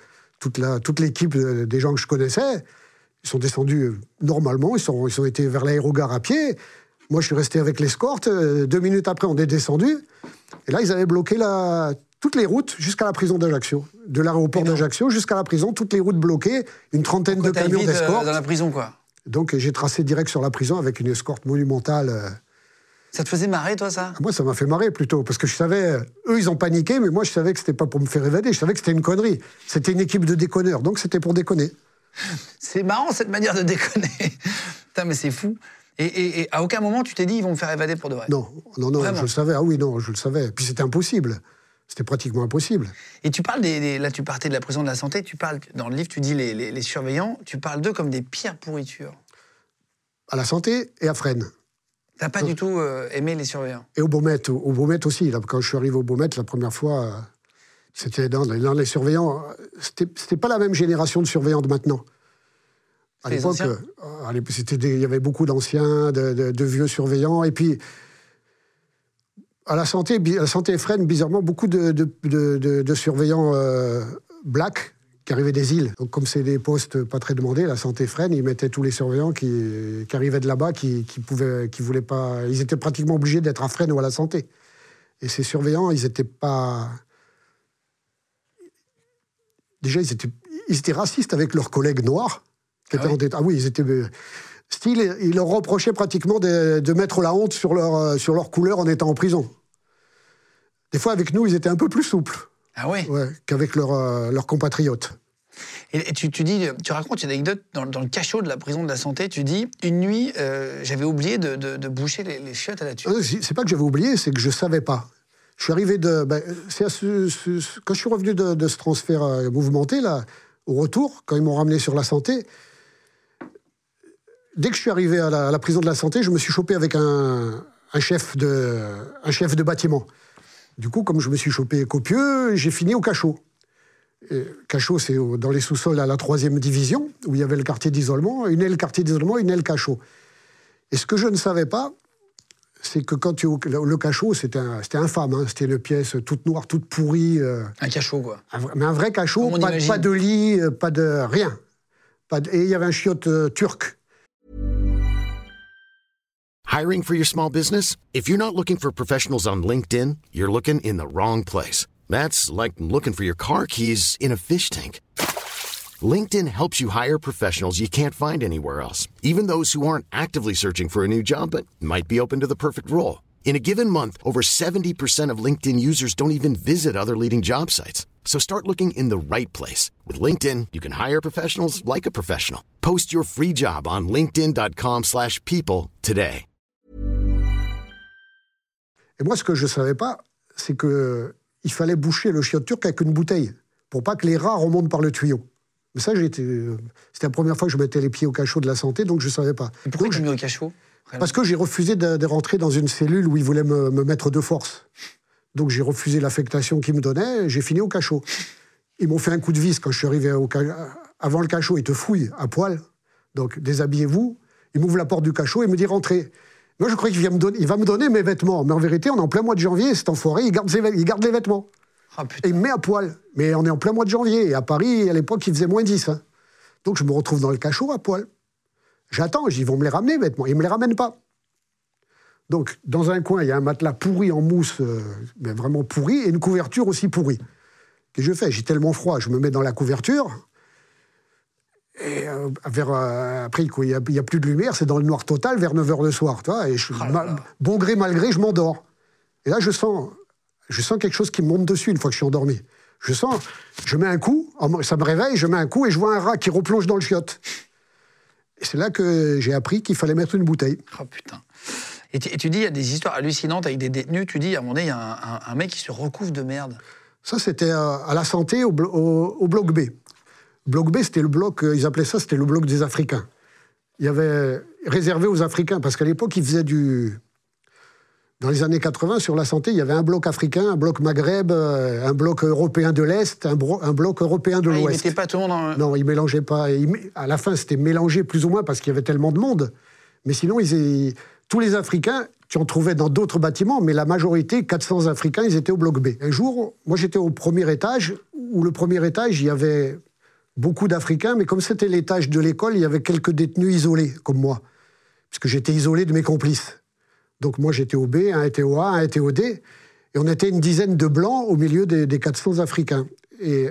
D: toute l'équipe des gens que je connaissais. Ils sont descendus normalement, ils ont été vers l'aérogare à pied. Moi, je suis resté avec l'escorte. 2 minutes après, on est descendu. Et là, ils avaient bloqué toutes les routes jusqu'à la prison d'Ajaccio. De l'aéroport d'Ajaccio jusqu'à la prison, toutes les routes bloquées, une trentaine de camions d'escorte.
A: Dans la prison, quoi.
D: Donc, j'ai tracé direct sur la prison avec une escorte monumentale.
A: Ça te faisait marrer, toi, ça?
D: Moi, ça m'a fait marrer, plutôt, parce que je savais... Eux, ils ont paniqué, mais moi, je savais que c'était pas pour me faire évader, je savais que c'était une connerie. C'était une équipe de déconneurs, donc c'était pour déconner.
A: C'est marrant, cette manière de déconner. Putain, mais c'est fou. Et à aucun moment, tu t'es dit, ils vont me faire évader pour de vrai?
D: Non, vraiment? Je le savais. Ah oui, non, je le savais. Puis c'était impossible. C'était pratiquement impossible.
A: Et tu parles là, tu partais de la prison de la Santé, tu parles, dans le livre, tu dis les surveillants, tu parles d'eux comme des pires pourritures. À
D: la Santé et à Fresnes.
A: T'as pas du tout aimé les surveillants?
D: Et au Baumette aussi. Là, quand je suis arrivé au Baumette, la première fois, c'était dans les surveillants. C'était pas la même génération de surveillants de maintenant. À l'époque, il y avait beaucoup d'anciens, de vieux surveillants. Et puis, à la Santé et Fresnes, bizarrement, beaucoup de surveillants blacks qui arrivaient des îles. Donc, comme c'est des postes pas très demandés, la Santé Fresnes, ils mettaient tous les surveillants qui arrivaient de là-bas, qui voulaient pas... Ils étaient pratiquement obligés d'être à Fresnes ou à la Santé. Et ces surveillants, ils étaient pas... Déjà, ils étaient racistes avec leurs collègues noirs. Ah oui, ils étaient... Style, il leur reprochait pratiquement de mettre la honte sur leur couleur en étant en prison. Des fois, avec nous, ils étaient un peu plus souples.
A: Ah ouais,
D: qu'avec leurs compatriotes.
A: Et tu racontes une anecdote dans le cachot de la prison de la Santé. Tu dis, une nuit, j'avais oublié de boucher les chiottes à la tuile.
D: C'est pas que j'avais oublié, c'est que je savais pas. Je suis arrivé quand je suis revenu de ce transfert mouvementé, là, au retour, quand ils m'ont ramené sur la Santé, dès que je suis arrivé à la prison de la Santé, je me suis chopé avec un chef de bâtiment. Du coup, comme je me suis chopé copieux, j'ai fini au cachot. Cachot, c'est dans les sous-sols à la 3e division, où il y avait le quartier d'isolement, une aile quartier d'isolement, une aile cachot. Et ce que je ne savais pas, c'est que quand le cachot, c'était infâme, hein, c'était une pièce toute noire, toute pourrie.
A: Un cachot, quoi.
D: Mais un vrai cachot, pas de lit, pas de rien. Et il y avait un chiotte turc.
B: Hiring for your small business? If you're not looking for professionals on LinkedIn, you're looking in the wrong place. That's like looking for your car keys in a fish tank. LinkedIn helps you hire professionals you can't find anywhere else, even those who aren't actively searching for a new job but might be open to the perfect role. In a given month, over 70% of LinkedIn users don't even visit other leading job sites. So start looking in the right place. With LinkedIn, you can hire professionals like a professional. Post your free job on linkedin.com/people today.
D: Et moi, ce que je ne savais pas, c'est qu'il fallait boucher le chiotte turc avec une bouteille, pour pas que les rats remontent par le tuyau. Mais ça, c'était la première fois que je mettais les pieds au cachot de la Santé, donc je ne savais pas.
A: Et pourquoi tu mis au cachot?
D: Parce que j'ai refusé de rentrer dans une cellule où ils voulaient me mettre de force. Donc j'ai refusé l'affectation qu'ils me donnaient, j'ai fini au cachot. Ils m'ont fait un coup de vis quand je suis arrivé avant le cachot, ils te fouillent à poil, donc déshabillez-vous. Ils m'ouvrent la porte du cachot et me disent rentrez. Moi, je croyais qu'il va me donner mes vêtements. Mais en vérité, on est en plein mois de janvier, cet enfoiré, il garde les vêtements.
A: Oh,
D: et il me met à poil. Mais on est en plein mois de janvier. Et à Paris, à l'époque, il faisait moins 10. Hein. Donc, je me retrouve dans le cachot à poil. J'attends, ils vont me les ramener, mes vêtements. Ils ne me les ramènent pas. Donc, dans un coin, il y a un matelas pourri en mousse, mais vraiment pourri, et une couverture aussi pourrie. Qu'est-ce que je fais? J'ai tellement froid, je me mets dans la couverture. Et après, il n'y a plus de lumière, c'est dans le noir total, vers 9h le soir. Tu vois, et bon gré, mal gré, je m'endors. Et là, je sens quelque chose qui me monte dessus une fois que je suis endormi. Je mets un coup, ça me réveille, je mets un coup et je vois un rat qui replonge dans le chiotte. Et c'est là que j'ai appris qu'il fallait mettre une bouteille.
A: Oh putain. Et tu dis, il y a des histoires hallucinantes avec des détenus. Tu dis, à un moment donné, il y a un mec qui se recouvre de merde.
D: Ça, c'était à la Santé, au bloc B. Bloc B, c'était le bloc, ils appelaient ça, c'était le bloc des Africains. Il y avait réservé aux Africains, parce qu'à l'époque, ils faisaient Dans les années 80, sur la Santé, il y avait un bloc africain, un bloc Maghreb, un bloc européen de l'Est, un bloc européen de l'Ouest.
A: Ils mettaient pas tout le monde
D: Non, ils mélangeaient pas. À la fin, c'était mélangé plus ou moins, parce qu'il y avait tellement de monde. Mais sinon, tous les Africains, tu en trouvais dans d'autres bâtiments, mais la majorité, 400 Africains, ils étaient au bloc B. Un jour, moi, j'étais au premier étage, où le premier étage, il y avait beaucoup d'Africains, mais comme c'était l'étage de l'école, il y avait quelques détenus isolés, comme moi, puisque j'étais isolé de mes complices. Donc moi, j'étais au B, un était au A, un était au D, et on était une dizaine de Blancs au milieu des 400 Africains. Et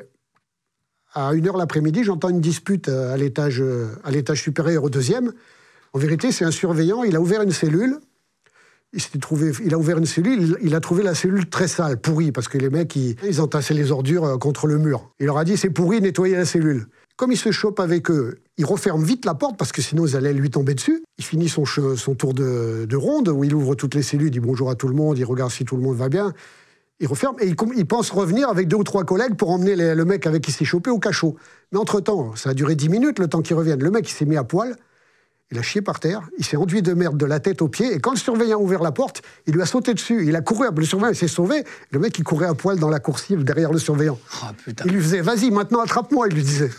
D: à 1h l'après-midi, j'entends une dispute à l'étage supérieur au deuxième. En vérité, c'est un surveillant, il a ouvert une cellule, il a ouvert une cellule, il a trouvé la cellule très sale, pourrie, parce que les mecs, ils entassaient les ordures contre le mur. Il leur a dit, c'est pourri, nettoyez la cellule. Comme il se chope avec eux, il referme vite la porte, parce que sinon, ils allaient lui tomber dessus. Il finit son tour de ronde, où il ouvre toutes les cellules, il dit bonjour à tout le monde, il regarde si tout le monde va bien. Il referme, et il pense revenir avec 2 ou 3 collègues pour emmener le mec avec qui il s'est chopé au cachot. Mais entre-temps, ça a duré 10 minutes, le temps qu'il revienne. Le mec, il s'est mis à poil. Il a chié par terre, il s'est enduit de merde de la tête aux pieds, et quand le surveillant a ouvert la porte, il lui a sauté dessus. Il a couru, le surveillant s'est sauvé, le mec il courait à poil dans la coursive derrière le surveillant.
A: Oh, putain.
D: Il lui faisait, vas-y, maintenant attrape-moi, il lui disait.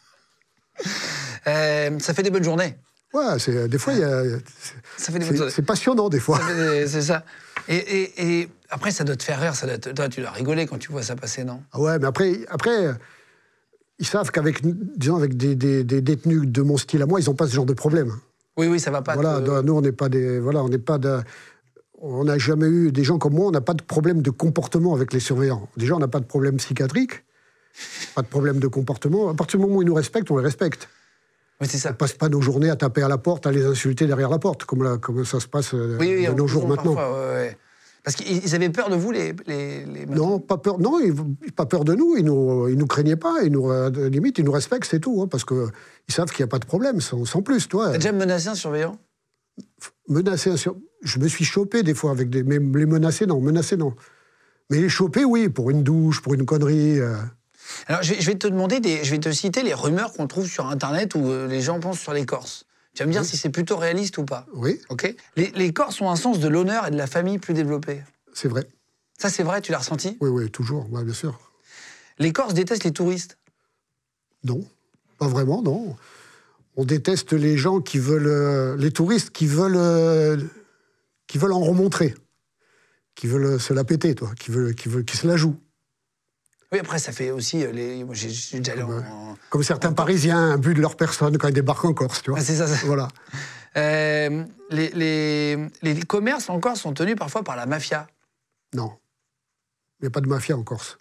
A: Ça fait des bonnes journées.
D: Ouais, des fois,
A: ça fait des bonnes journées.
D: C'est passionnant, des fois.
A: C'est ça. Et après, ça doit te faire rire, toi, tu dois rigoler quand tu vois ça passer, non?
D: Ah ouais, mais après ils savent qu'avec des détenus de mon style à moi, ils n'ont pas ce genre de problème.
A: Oui, ça va pas.
D: Voilà, nous, on n'est pas des... Voilà, on n'a jamais eu... Des gens comme moi, on n'a pas de problème de comportement avec les surveillants. Déjà, on n'a pas de problème psychiatrique, pas de problème de comportement. À partir du moment où ils nous respectent, on les respecte.
A: Oui, c'est ça.
D: On ne passe pas nos journées à taper à la porte, à les insulter derrière la porte, comme ça se passe de nos jours maintenant.
A: Parfois, ouais. Parce qu'ils avaient peur de vous, les
D: Non, pas peur. Non, pas peur de nous. Ils nous craignaient pas. Limite, ils nous respectent, c'est tout. Hein, parce qu'ils savent qu'il n'y a pas de problème, sans plus. Toi.
A: T'as déjà menacé un surveillant?
D: Menacé un surveillant. Je me suis chopé des fois avec des. Mais les menacer, non. Mais les choper, oui, pour une douche, pour une connerie.
A: Alors, je vais te demander, je vais te citer les rumeurs qu'on trouve sur Internet où les gens pensent sur les Corses. Tu vas me dire si c'est plutôt réaliste ou pas.
D: Oui.
A: Ok. Les Corses ont un sens de l'honneur et de la famille plus développé.
D: C'est vrai.
A: Ça, c'est vrai, tu l'as ressenti?
D: Oui, toujours, ouais, bien sûr.
A: Les Corses détestent les touristes?
D: Non, pas vraiment, non. On déteste les gens qui veulent... les touristes qui veulent en remontrer. Qui veulent se la péter, toi. Qui se la jouent.
A: Oui, après, ça fait aussi... Moi, j'ai déjà allé
D: Comme certains Parisiens, un but de leur personne quand ils débarquent en Corse, tu vois.
A: Ah, c'est ça.
D: Voilà.
A: Les commerces en Corse sont tenus parfois par la mafia.
D: Non. Il n'y a pas de mafia en Corse.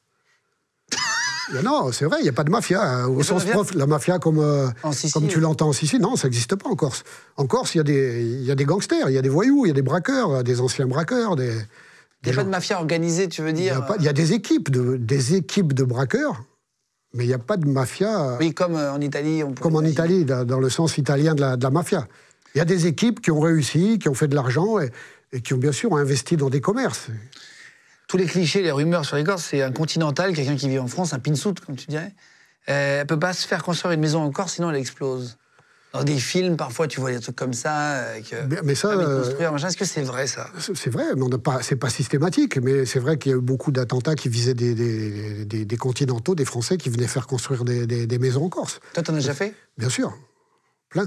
D: Non, c'est vrai, il n'y a pas de mafia. Au sens propre, la mafia comme tu l'entends en Sicile, non, ça n'existe pas en Corse. En Corse, il y a des gangsters, il y a des voyous, il y a des braqueurs, des anciens braqueurs,
A: Il n'y a pas de mafia organisée, tu veux dire?
D: Il y a des équipes de braqueurs, mais il n'y a pas de mafia.
A: Oui, comme en Italie.
D: Comme en Italie, dans le sens italien de la mafia. Il y a des équipes qui ont réussi, qui ont fait de l'argent et qui ont bien sûr investi dans des commerces.
A: Tous les clichés, les rumeurs sur les Corses, c'est un continental, quelqu'un qui vit en France, un pinsout, comme tu dirais. Elle ne peut pas se faire construire une maison en Corse, sinon elle explose. Dans des films, parfois, tu vois des trucs comme ça,
D: mais ça,
A: construire, machin. Est-ce que c'est vrai, ça?
D: C'est vrai, mais c'est pas systématique. Mais c'est vrai qu'il y a eu beaucoup d'attentats qui visaient des continentaux, des Français qui venaient faire construire des maisons en Corse.
A: Toi, t'en as déjà fait?
D: Bien sûr, plein.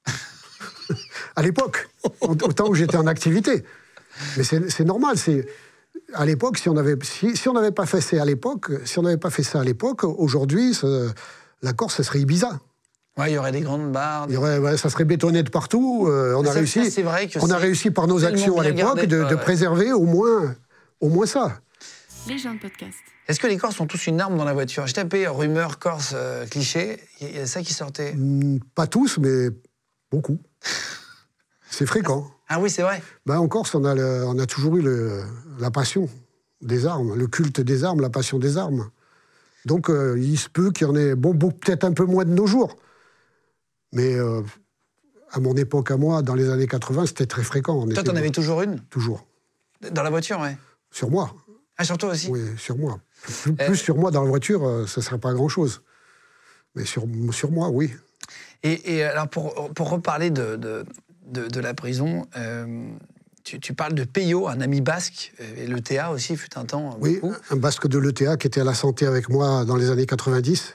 D: À l'époque, au temps où j'étais en activité. Mais c'est normal, à l'époque, si on n'avait pas fait ça à l'époque, aujourd'hui, la Corse, ça serait Ibiza.
A: Ouais, il y aurait des grandes barres.
D: Ça serait bétonné de partout. On a réussi par nos actions à l'époque de préserver au moins ça.
E: Les gens de podcast.
A: Est-ce que les Corses ont tous une arme dans la voiture? J'ai tapé rumeur Corse cliché, il y a ça qui sortait.
D: Pas tous, mais beaucoup. C'est fréquent.
A: Ah oui, c'est vrai.
D: En Corse, on a toujours eu la passion des armes, le culte des armes, la passion des armes. Donc, il se peut qu'il y en ait, peut-être un peu moins de nos jours. Mais à mon époque, à moi, dans les années 80, c'était très fréquent.
A: Toi, t'en avais toujours une?
D: Toujours.
A: Dans la voiture, ouais.
D: Sur moi.
A: Ah, sur toi aussi?
D: Oui, sur moi. Plus sur moi dans la voiture, ça ne serait pas grand-chose. Mais sur moi, oui.
A: Et alors, pour reparler de la prison, tu parles de Peyo, un ami basque, et l'ETA aussi fut un temps.
D: Oui, beaucoup. Un basque de l'ETA qui était à la santé avec moi dans les années 90,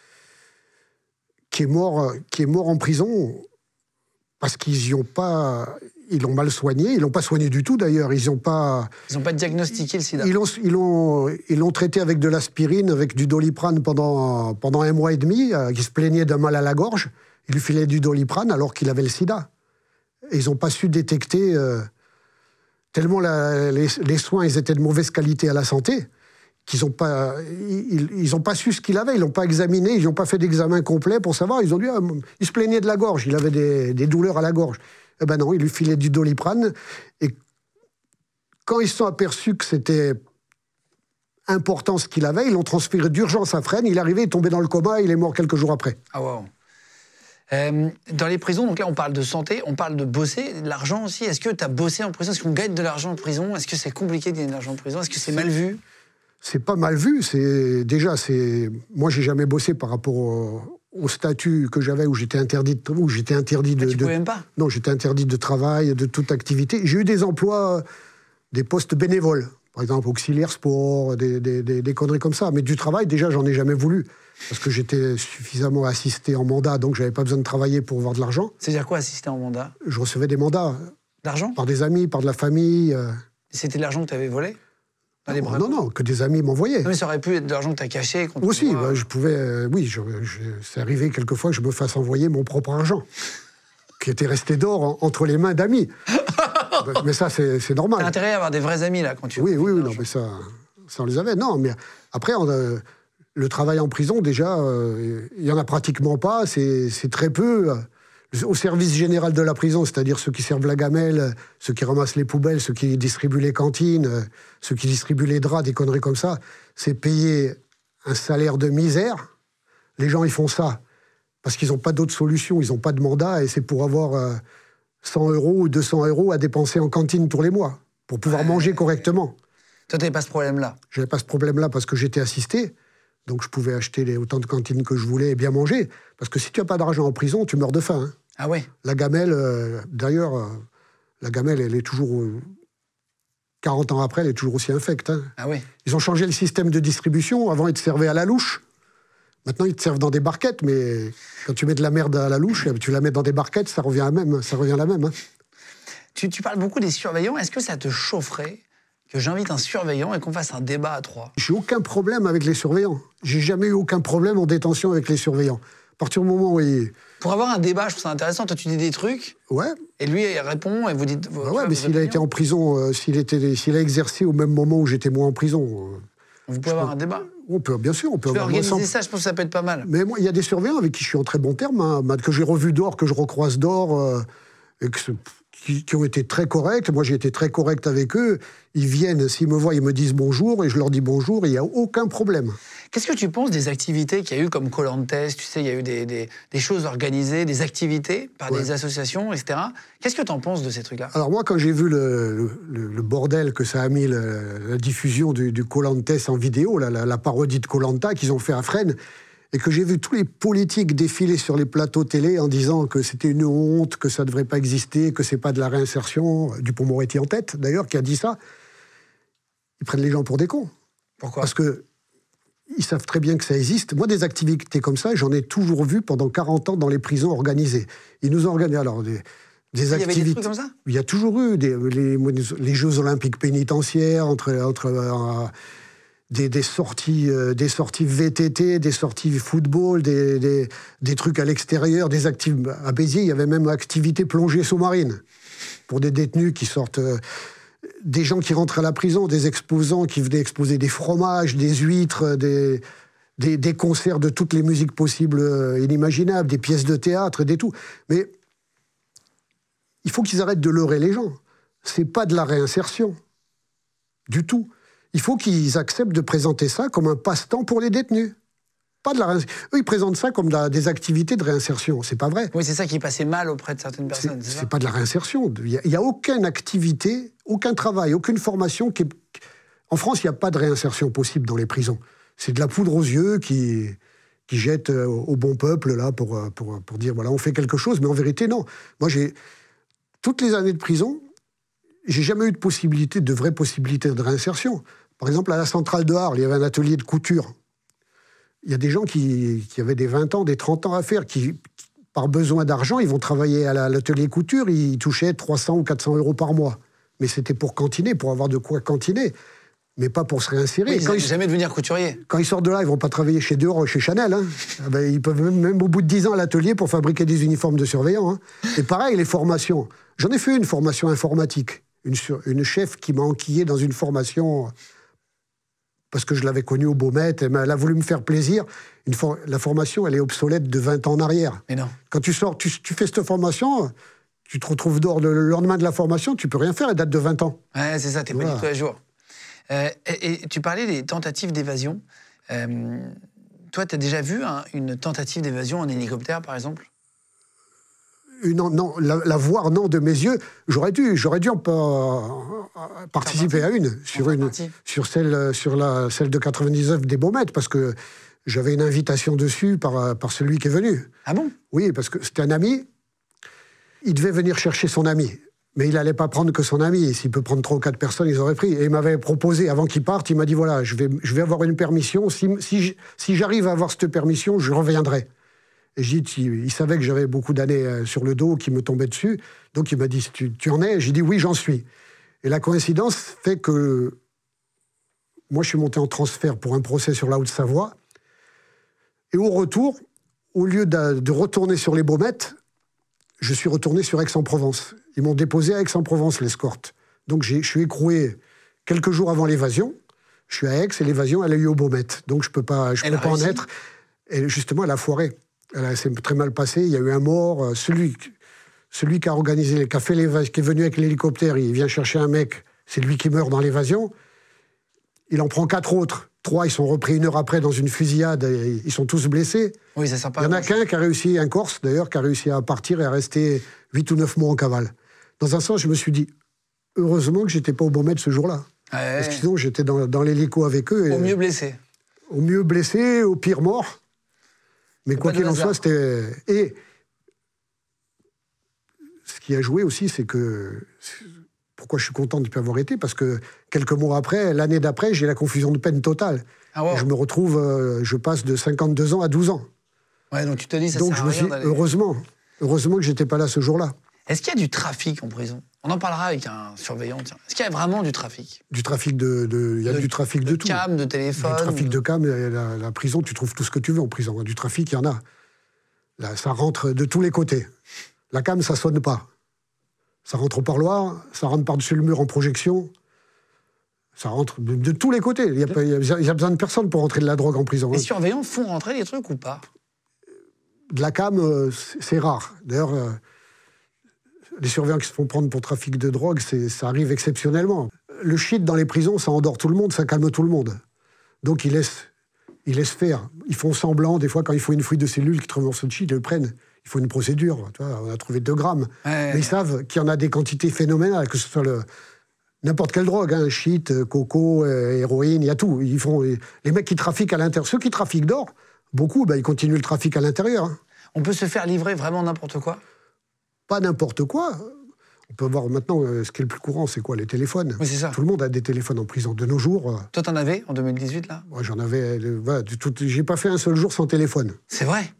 D: qui est mort en prison parce qu'ils l'ont mal soigné, ils l'ont pas soigné du tout d'ailleurs, ils n'ont pas
A: diagnostiqué le sida.
D: Ils l'ont traité avec de l'aspirine, avec du Doliprane pendant 1 mois et demi, qui se plaignait d'un mal à la gorge, ils lui filaient du Doliprane alors qu'il avait le sida. Et ils n'ont pas su détecter, tellement les soins ils étaient de mauvaise qualité à la santé, qu'ils n'ont pas, ils ont pas su ce qu'il avait, ils l'ont pas examiné, ils n'ont pas fait d'examen complet pour savoir. Ils ont dit, il se plaignait de la gorge, il avait des douleurs à la gorge. Eh ben non, il lui filait du Doliprane. Et quand ils se sont aperçus que c'était important ce qu'il avait, ils l'ont transféré d'urgence à Fresnes. Il est arrivé, il est tombé dans le coma, il est mort quelques jours après.
A: Ah wow. Dans les prisons, donc là on parle de santé, on parle de bosser, de l'argent aussi. Est-ce que tu as bossé en prison? Est-ce qu'on gagne de l'argent en prison? Est-ce que c'est compliqué de gagner de l'argent en prison? Est-ce que c'est mal vu?
D: C'est pas mal vu. Moi, j'ai jamais bossé par rapport au statut que j'avais où j'étais interdit de.
A: Tu pouvais même pas?
D: Non, j'étais interdit de travail, de toute activité. J'ai eu des emplois, des postes bénévoles. Par exemple, auxiliaire sport, des conneries comme ça. Mais du travail, déjà, j'en ai jamais voulu. Parce que j'étais suffisamment assisté en mandat, donc j'avais pas besoin de travailler pour avoir de l'argent.
A: C'est-à-dire quoi, assister en mandat?
D: Je recevais des mandats.
A: D'argent?
D: Par des amis, par de la famille.
A: C'était de l'argent que tu avais volé?
D: Non, que des amis m'envoyaient.
A: Non, mais ça aurait pu être de l'argent que tu as caché.
D: Aussi, je pouvais... c'est arrivé quelquefois que je me fasse envoyer mon propre argent, qui était resté d'or entre les mains d'amis. Mais ça, c'est normal.
A: T'as intérêt à avoir des vrais amis, là, quand tu...
D: Oui, non, mais ça on les avait. Non, mais après, Le travail en prison, déjà, il n'y en a pratiquement pas, c'est très peu. Au service général de la prison, c'est-à-dire ceux qui servent la gamelle, ceux qui ramassent les poubelles, ceux qui distribuent les cantines, ceux qui distribuent les draps, des conneries comme ça, c'est payer un salaire de misère. Les gens, ils font ça parce qu'ils n'ont pas d'autre solution, ils n'ont pas de mandat, et c'est pour avoir 100 € ou 200 € à dépenser en cantine tous les mois, pour pouvoir manger correctement.
A: Toi, tu n'avais pas ce problème-là?
D: Je n'avais pas ce problème-là parce que j'étais assisté, donc je pouvais acheter autant de cantines que je voulais et bien manger. Parce que si tu n'as pas d'argent en prison, tu meurs de faim. Hein.
A: Ah ouais?
D: La gamelle, d'ailleurs, la gamelle, elle est toujours... 40 ans après, elle est toujours aussi infecte. Hein.
A: Ah oui?
D: Ils ont changé le système de distribution. Avant, ils te servaient à la louche. Maintenant, ils te servent dans des barquettes, mais quand tu mets de la merde à la louche, tu la mets dans des barquettes, ça revient la même. Hein.
A: Tu parles beaucoup des surveillants. Est-ce que ça te chaufferait que j'invite un surveillant et qu'on fasse un débat à 3?
D: J'ai aucun problème avec les surveillants. J'ai jamais eu aucun problème en détention avec les surveillants. À partir du moment où
A: Pour avoir un débat, je trouve ça intéressant. Toi, tu dis des trucs,
D: ouais.
A: Et lui, il répond, et vous dites...
D: Ouais, mais s'il a été en prison, s'il a exercé au même moment où j'étais moi en prison...
A: Vous pouvez avoir un débat?
D: Bien sûr, on peut
A: avoir... Tu peux organiser ça, je pense que ça peut être pas mal.
D: Mais moi, il y a des surveillants avec qui je suis en très bon terme, hein, que j'ai revus dehors, que je recroise dehors, et qui ont été très corrects. Moi, j'ai été très correct avec eux. Ils viennent, s'ils me voient, ils me disent bonjour, et je leur dis bonjour, et il n'y a aucun problème.
A: Qu'est-ce que tu penses des activités qu'il y a eu comme Koh-Lanta? Tu sais, il y a eu des choses organisées, des activités par des associations, etc. Qu'est-ce que tu en penses de ces trucs-là?
D: Alors moi, quand j'ai vu le bordel que ça a mis, la diffusion du Koh-Lanta en vidéo, la parodie de Koh-Lanta qu'ils ont fait à Fresnes, et que j'ai vu tous les politiques défiler sur les plateaux télé en disant que c'était une honte, que ça ne devrait pas exister, que c'est pas de la réinsertion, Dupond-Moretti en tête, d'ailleurs, qui a dit ça, ils prennent les gens pour des cons.
A: Pourquoi?
D: Parce que ils savent très bien que ça existe. Moi, des activités comme ça, j'en ai toujours vu pendant 40 ans dans les prisons organisées. Ils nous ont organisé alors des activités. Il y avait des trucs comme ça? Il y a toujours eu les Jeux Olympiques pénitentiaires des sorties VTT, des sorties football, des trucs à l'extérieur, à Béziers, il y avait même activité plongée sous-marine pour des détenus qui sortent. Des gens qui rentrent à la prison, des exposants qui venaient exposer des fromages, des huîtres, des concerts de toutes les musiques possibles inimaginables, des pièces de théâtre, des tout. Mais il faut qu'ils arrêtent de leurrer les gens. C'est pas de la réinsertion. Du tout. Il faut qu'ils acceptent de présenter ça comme un passe-temps pour les détenus. Pas de la réinsertion. Eux, ils présentent ça comme des activités de réinsertion. C'est pas vrai.
A: Oui, c'est ça qui passait mal auprès de certaines personnes.
D: C'est pas de la réinsertion. Il n'y a aucune activité, aucun travail, aucune formation qui est... En France, il n'y a pas de réinsertion possible dans les prisons. C'est de la poudre aux yeux qui jette au bon peuple là pour dire voilà, on fait quelque chose, mais en vérité, non. Moi, toutes les années de prison, j'ai jamais eu de vraie possibilité de réinsertion. Par exemple, à la centrale de Arles, il y avait un atelier de couture. Il y a des gens qui avaient des 20 ans, des 30 ans à faire, qui, par besoin d'argent, ils vont travailler à l'atelier couture, ils touchaient 300 ou 400 € par mois. Mais c'était pour cantiner, pour avoir de quoi cantiner, mais pas pour se réinsérer.
A: Oui, ils n'allaient jamais devenir couturier.
D: Quand ils sortent de là, ils ne vont pas travailler chez Dior, chez Chanel. Hein. Ils peuvent même au bout de 10 ans à l'atelier pour fabriquer des uniformes de surveillants. Hein. Et pareil, les formations. J'en ai fait une formation informatique. Une chef qui m'a enquillé dans une formation... parce que je l'avais connue au Beaumet, elle a voulu me faire plaisir. La formation, elle est obsolète de 20 ans en arrière.
A: Mais non.
D: Quand tu sors, tu fais cette formation, tu te retrouves dehors le lendemain de la formation, tu peux rien faire, elle date de 20 ans.
A: Ouais, c'est ça, t'es pas du tout à jour. Et tu parlais des tentatives d'évasion. Toi, t'as déjà vu une tentative d'évasion en hélicoptère, par exemple?
D: Non, la voir, non, de mes yeux. J'aurais dû participer à sur celle de 99 des Baumettes, parce que j'avais une invitation dessus par celui qui est venu.
A: Ah bon?
D: Oui, parce que c'était un ami. Il devait venir chercher son ami, mais il n'allait pas prendre que son ami. S'il peut prendre 3 ou 4 personnes, ils auraient pris. Et il m'avait proposé, avant qu'il parte, il m'a dit, voilà, je vais avoir une permission. Si j'arrive à avoir cette permission, je reviendrai. Et j'ai dit, il savait que j'avais beaucoup d'années sur le dos qui me tombaient dessus. Donc il m'a dit, tu en es? J'ai dit, oui, j'en suis. Et la coïncidence fait que moi, je suis monté en transfert pour un procès sur la Haute-Savoie. Et au retour, au lieu de retourner sur les Baumettes, je suis retourné sur Aix-en-Provence. Ils m'ont déposé à Aix-en-Provence, l'escorte. Donc je suis écroué quelques jours avant l'évasion. Je suis à Aix et l'évasion, elle a eu au Baumette. Donc je peux pas en être. Et justement, elle a foiré. Elle s'est très mal passé. Il y a eu un mort. Celui qui a organisé, qui est venu avec l'hélicoptère, il vient chercher un mec. C'est lui qui meurt dans l'évasion. Il en prend 4 autres. 3, ils sont repris 1 heure après dans une fusillade. Et ils sont tous blessés.
A: Oui, ça sert pas.
D: Il y en a qu'un qui a réussi, un Corse d'ailleurs, qui a réussi à partir et à rester 8 ou 9 mois en cavale. Dans un sens, je me suis dit, heureusement que j'étais pas au Baumette ce jour-là. Parce que sinon, j'étais dans l'hélico avec eux.
A: Au mieux blessé.
D: Au mieux blessé, au pire mort. Mais quoi qu'il en soit, c'était... Et ce qui a joué aussi, c'est que... Pourquoi je suis content de ne pas avoir été? Parce que quelques mois après, l'année d'après, j'ai la confusion de peine totale. Ah wow. Je me retrouve, je passe de 52 ans à 12 ans.
A: Ouais, donc tu te dis, ça
D: donc
A: sert à rien d'aller...
D: heureusement que j'étais pas là ce jour-là.
A: Est-ce qu'il y a du trafic en prison? On en parlera avec un surveillant. Tiens. Est-ce qu'il y a vraiment du trafic?
D: Du trafic il y a du trafic de tout.
A: De cam, de téléphone.
D: Du trafic de cam. La prison, tu trouves tout ce que tu veux en prison. Du trafic, il y en a. Là, ça rentre de tous les côtés. La cam, ça sonne pas. Ça rentre au parloir, ça rentre par-dessus le mur en projection. Ça rentre de tous les côtés. Il y a besoin de personne pour rentrer de la drogue en prison.
A: Les surveillants font rentrer des trucs ou pas?
D: De la cam, c'est rare. D'ailleurs, les surveillants qui se font prendre pour trafic de drogue, ça arrive exceptionnellement. Le shit dans les prisons, ça endort tout le monde, ça calme tout le monde. Donc ils laissent faire. Ils font semblant, des fois, quand il faut une fouille de cellules qui traversent le shit, ils le prennent. Il faut une procédure. Tu vois, on a trouvé 2 grammes. Mais ils savent qu'il y en a des quantités phénoménales, que ce soit n'importe quelle drogue, hein, shit, coco, héroïne, il y a tout. Les mecs qui trafiquent à l'intérieur, ceux qui trafiquent d'or, beaucoup, ils continuent le trafic à l'intérieur. Hein.
A: On peut se faire livrer vraiment n'importe quoi?
D: Pas n'importe quoi. On peut voir maintenant, ce qui est le plus courant, c'est quoi? Les téléphones.
A: Oui, c'est ça.
D: Tout le monde a des téléphones en prison. De nos jours...
A: Toi, t'en avais en 2018, là?
D: Ouais, j'en avais... j'ai pas fait un seul jour sans téléphone.
A: C'est vrai?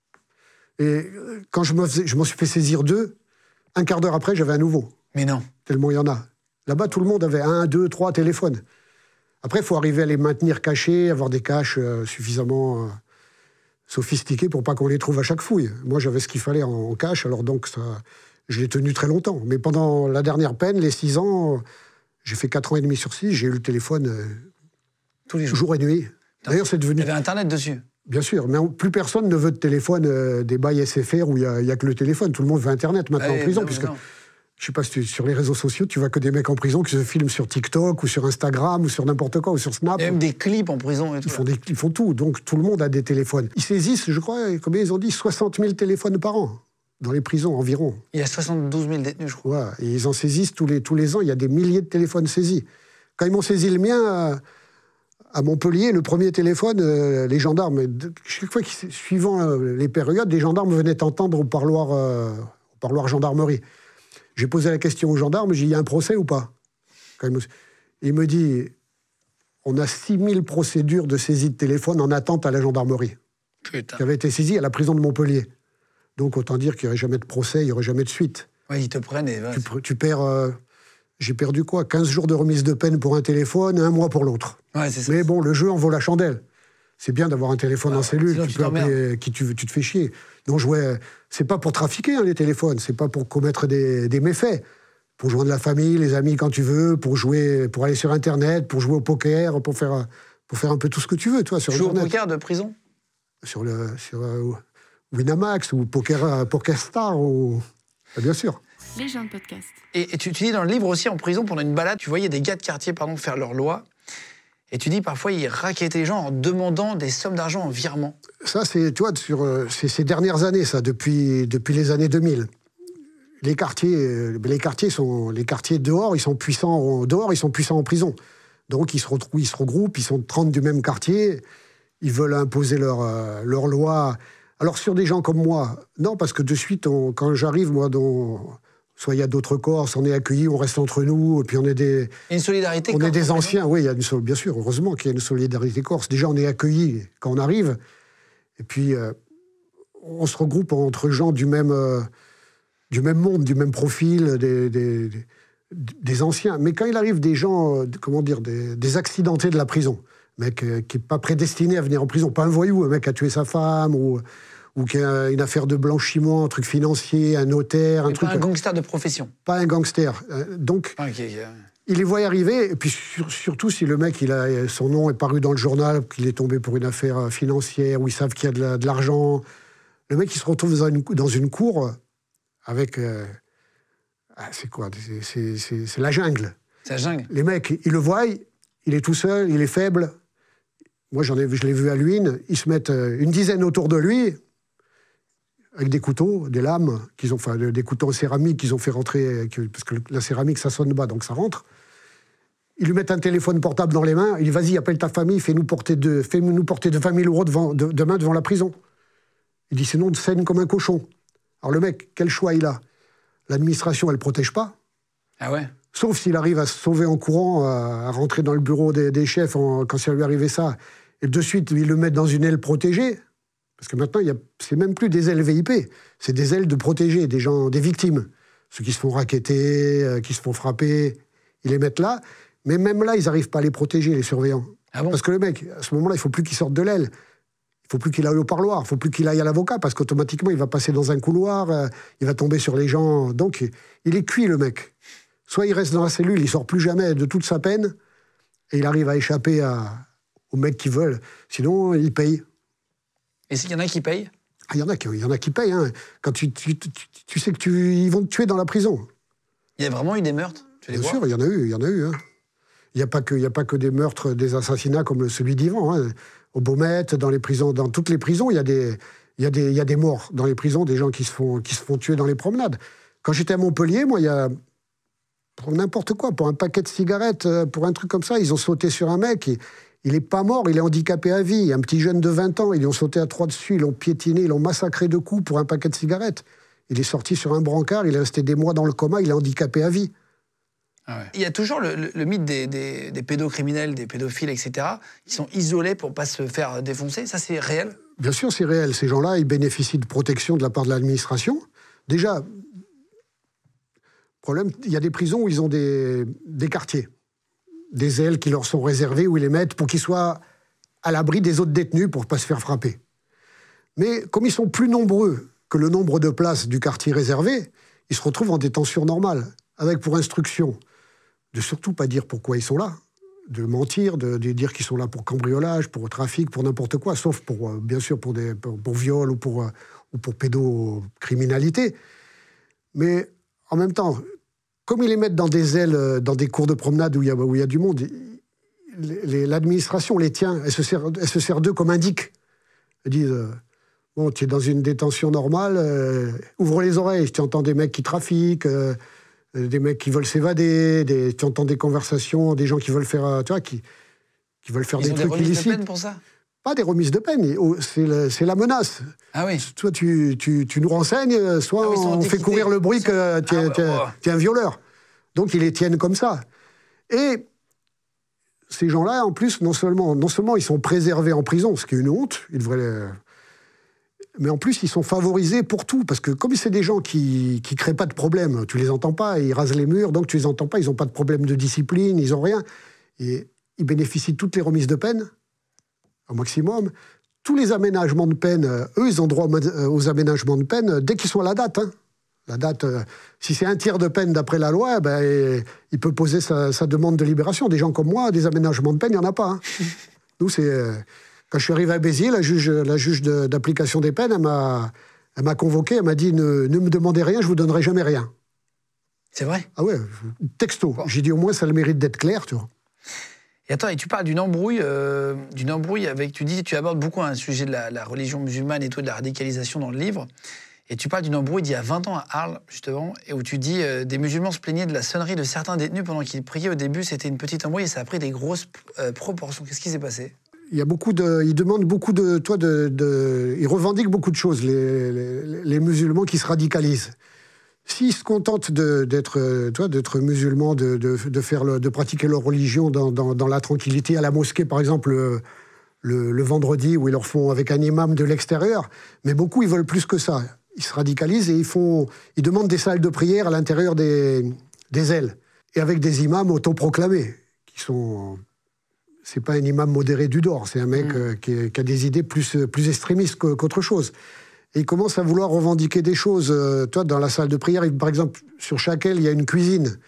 D: Et quand je m'en suis fait saisir 2, un quart d'heure après, j'avais un nouveau.
A: Mais non.
D: Tellement il y en a. Là-bas, tout le monde avait 1, 2, 3 téléphones. Après, il faut arriver à les maintenir cachés, avoir des caches suffisamment sophistiqués pour pas qu'on les trouve à chaque fouille. Moi, j'avais ce qu'il fallait en cache, alors donc ça, je l'ai tenu très longtemps. Mais pendant la dernière peine, les 6 ans, j'ai fait 4 ans et demi sur 6, j'ai eu le téléphone
A: tous les jours.
D: Jour et nuit. D'ailleurs, c'est devenu...
A: Il y avait Internet dessus?
D: Bien sûr, mais plus personne ne veut de téléphone des bails SFR où il y a que le téléphone. Tout le monde veut Internet maintenant en prison, puisque... Je sais pas si sur les réseaux sociaux, tu vois que des mecs en prison qui se filment sur TikTok ou sur Instagram ou sur n'importe quoi ou sur Snap.
A: Il y a même des clips en prison et tout.
D: Ils font tout, donc tout le monde a des téléphones. Ils saisissent, je crois, combien ils ont dit, 60 000 téléphones par an dans les prisons environ.
A: Il y a 72 000 détenus, je crois.
D: Ouais, et ils en saisissent tous les ans, il y a des milliers de téléphones saisis. Quand ils m'ont saisi le mien à Montpellier, le premier téléphone, les gendarmes, chaque fois, suivant les périodes, les gendarmes venaient t'entendre au parloir gendarmerie. J'ai posé la question aux gendarmes, j'ai dit, il y a un procès ou pas? Il me dit, on a 6000 procédures de saisie de téléphone en attente à la gendarmerie.
A: Putain.
D: Qui avaient été saisies à la prison de Montpellier. Donc autant dire qu'il n'y aurait jamais de procès, il n'y aurait jamais de suite.
A: Oui, ils te prennent et...
D: Tu perds... j'ai perdu quoi? 15 jours de remise de peine pour un téléphone, 1 mois pour l'autre.
A: Ouais, c'est ça.
D: Mais bon, le jeu en vaut la chandelle. C'est bien d'avoir un téléphone en cellule, tu peux appeler qui tu te fais chier. Non, c'est pas pour trafiquer, hein, les téléphones, c'est pas pour commettre des méfaits. Pour joindre la famille, les amis quand tu veux, pour aller sur Internet, pour jouer au poker, pour faire un peu tout ce que tu veux, toi, sur
A: Internet.
D: Jouer
A: au poker de prison?
D: Sur Winamax ou PokerStar, bien sûr.
E: Les gens de podcast.
A: Et tu dis dans le livre aussi, en prison, pendant une balade, tu voyais des gars de quartier faire leur loi. Et tu dis, parfois, ils raquettaient les gens en demandant des sommes d'argent en virement.
D: Ça, c'est, tu vois, sur ces dernières années, ça, depuis les années 2000. Les quartiers dehors, ils sont puissants en prison. Donc, ils se regroupent, ils sont 30 du même quartier, ils veulent imposer leur loi. Alors, sur des gens comme moi, non, parce que de suite, quand j'arrive, moi, soit il y a d'autres Corses, on est accueillis, on reste entre nous, et puis on est des...
A: Il y a une solidarité.
D: On est des anciens, oui, bien sûr, heureusement qu'il y a une solidarité corse. Déjà, on est accueillis quand on arrive, et puis on se regroupe entre gens du même monde, du même profil, des anciens. Mais quand il arrive des gens, des accidentés de la prison, mec qui n'est pas prédestiné à venir en prison, pas un voyou, un mec qui a tué sa femme, ou qui a une affaire de blanchiment, un truc financier, un notaire, un truc...
A: Pas un gangster de profession.
D: Pas un gangster. Donc, il les voit arriver, et puis surtout si le mec, son nom est paru dans le journal, qu'il est tombé pour une affaire financière, où ils savent qu'il y a de l'argent. Le mec, il se retrouve dans une cour avec... c'est quoi? C'est la jungle.
A: C'est la jungle.
D: Les mecs, ils le voient, il est tout seul, il est faible. Moi, je l'ai vu à Luynes, ils se mettent une dizaine autour de lui, avec des couteaux, des lames, des couteaux en céramique qu'ils ont fait rentrer, parce que la céramique, ça sonne bas, donc ça rentre. Ils lui mettent un téléphone portable dans les mains, il dit, vas-y, appelle ta famille, fais-nous porter de 20 000 € demain devant la prison. Il dit, sinon, on te saigne comme un cochon. Alors le mec, quel choix il a? L'administration, elle ne protège pas.
A: Ah ouais?
D: Sauf s'il arrive à se sauver en courant, à rentrer dans le bureau des chefs quand ça lui arrivait ça. Et de suite, ils le mettent dans une aile protégée. Parce que maintenant, c'est même plus des ailes VIP. C'est des ailes de protégés, des gens, des victimes. Ceux qui se font racketter, qui se font frapper, ils les mettent là. Mais même là, ils n'arrivent pas à les protéger, les surveillants.
A: Ah bon?
D: Parce que le mec, à ce moment-là, il ne faut plus qu'il sorte de l'aile. Il ne faut plus qu'il aille au parloir. Il ne faut plus qu'il aille à l'avocat. Parce qu'automatiquement, il va passer dans un couloir. Il va tomber sur les gens. Donc, il est cuit, le mec. Soit il reste dans la cellule, il ne sort plus jamais de toute sa peine. Et il arrive à échapper aux mecs qui veulent. Sinon, il paye.
A: Et s'il y en a qui payent?
D: Il y en a qui payent. Hein. Quand tu sais ils vont te tuer dans la prison.
A: Il y a vraiment eu des meurtres?
D: Bien sûr, il y en a eu. Hein. Il n'y a pas que des meurtres, des assassinats comme celui d'Yvan. Hein. Au Baumette, dans les prisons, dans toutes les prisons, il y a des morts dans les prisons, des gens qui se font tuer dans les promenades. Quand j'étais à Montpellier, moi, il y a... Pour n'importe quoi, pour un paquet de cigarettes, pour un truc comme ça, ils ont sauté sur un mec... Il n'est pas mort, il est handicapé à vie. Un petit jeune de 20 ans, ils lui ont sauté à 3 dessus, ils l'ont piétiné, ils l'ont massacré de coups pour un paquet de cigarettes. Il est sorti sur un brancard, il est resté des mois dans le coma, il est handicapé à vie.
A: Ah ouais. Il y a toujours le mythe des pédocriminels, des pédophiles, etc. Ils sont isolés pour ne pas se faire défoncer. Ça, c'est réel?
D: Bien sûr, c'est réel. Ces gens-là, ils bénéficient de protection de la part de l'administration. Déjà, problème, il y a des prisons où ils ont des quartiers. Des ailes qui leur sont réservées, où ils les mettent pour qu'ils soient à l'abri des autres détenus pour ne pas se faire frapper. Mais comme ils sont plus nombreux que le nombre de places du quartier réservé, ils se retrouvent en détention normale, avec pour instruction de surtout pas dire pourquoi ils sont là, de mentir, de dire qu'ils sont là pour cambriolage, pour trafic, pour n'importe quoi, sauf bien sûr pour viol ou pour pédocriminalité. Mais en même temps... Comme ils les mettent dans des ailes, dans des cours de promenade où il y a du monde, l'administration les tient, elle se sert d'eux comme indique. Elle dit, bon, tu es dans une détention normale, ouvre les oreilles, tu entends des mecs qui trafiquent, des mecs qui veulent s'évader, tu entends des conversations, des gens qui veulent faire, qui veulent faire des trucs illicites. Ils ont des remises de peine
A: pour ça?
D: Pas des remises de peine, c'est la menace.
A: Ah oui.
D: Soit tu nous renseignes, soit on fait courir le bruit que tu es un violeur. Donc ils les tiennent comme ça. Et ces gens-là, en plus, non seulement ils sont préservés en prison, ce qui est une honte, mais en plus ils sont favorisés pour tout, parce que comme c'est des gens qui créent pas de problème, tu les entends pas, ils rasent les murs, donc tu les entends pas, ils ont pas de problème de discipline, ils ont rien. Et ils bénéficient de toutes les remises de peine, au maximum. Tous les aménagements de peine, eux, ils ont droit aux aménagements de peine dès qu'ils sont à la date. Hein. La date, si c'est un tiers de peine d'après la loi, il peut poser sa demande de libération. Des gens comme moi, des aménagements de peine, il n'y en a pas. Hein. Nous, quand je suis arrivé à Béziers, la juge d'application des peines, elle m'a convoqué, elle m'a dit ne me demandez rien, je vous donnerai jamais rien.
A: C'est vrai?
D: Ah ouais, texto. Bon. J'ai dit au moins ça a le mérite d'être clair, tu vois.
A: Et attends, et tu parles d'une embrouille avec... Tu abordes beaucoup un sujet de la religion musulmane et tout, de la radicalisation dans le livre. Et tu parles d'une embrouille d'il y a 20 ans à Arles, justement, et où tu dis des musulmans se plaignaient de la sonnerie de certains détenus pendant qu'ils priaient au début. C'était une petite embrouille et ça a pris des grosses proportions. Qu'est-ce qui s'est passé?
D: Il y a ils demandent beaucoup de... Ils revendiquent beaucoup de choses, les musulmans qui se radicalisent. S'ils se contentent d'être musulmans, de pratiquer leur religion dans la tranquillité, à la mosquée, par exemple, le vendredi, où ils leur font avec un imam de l'extérieur, mais beaucoup, ils veulent plus que ça. Ils se radicalisent et ils demandent des salles de prière à l'intérieur des ailes, et avec des imams autoproclamés, qui sont... C'est pas un imam modéré du Dor, c'est un mec qui a des idées plus extrémistes qu'autre chose. Et il commence à vouloir revendiquer des choses. Toi, dans la salle de prière, par exemple, sur chaque aile, il y a une cuisine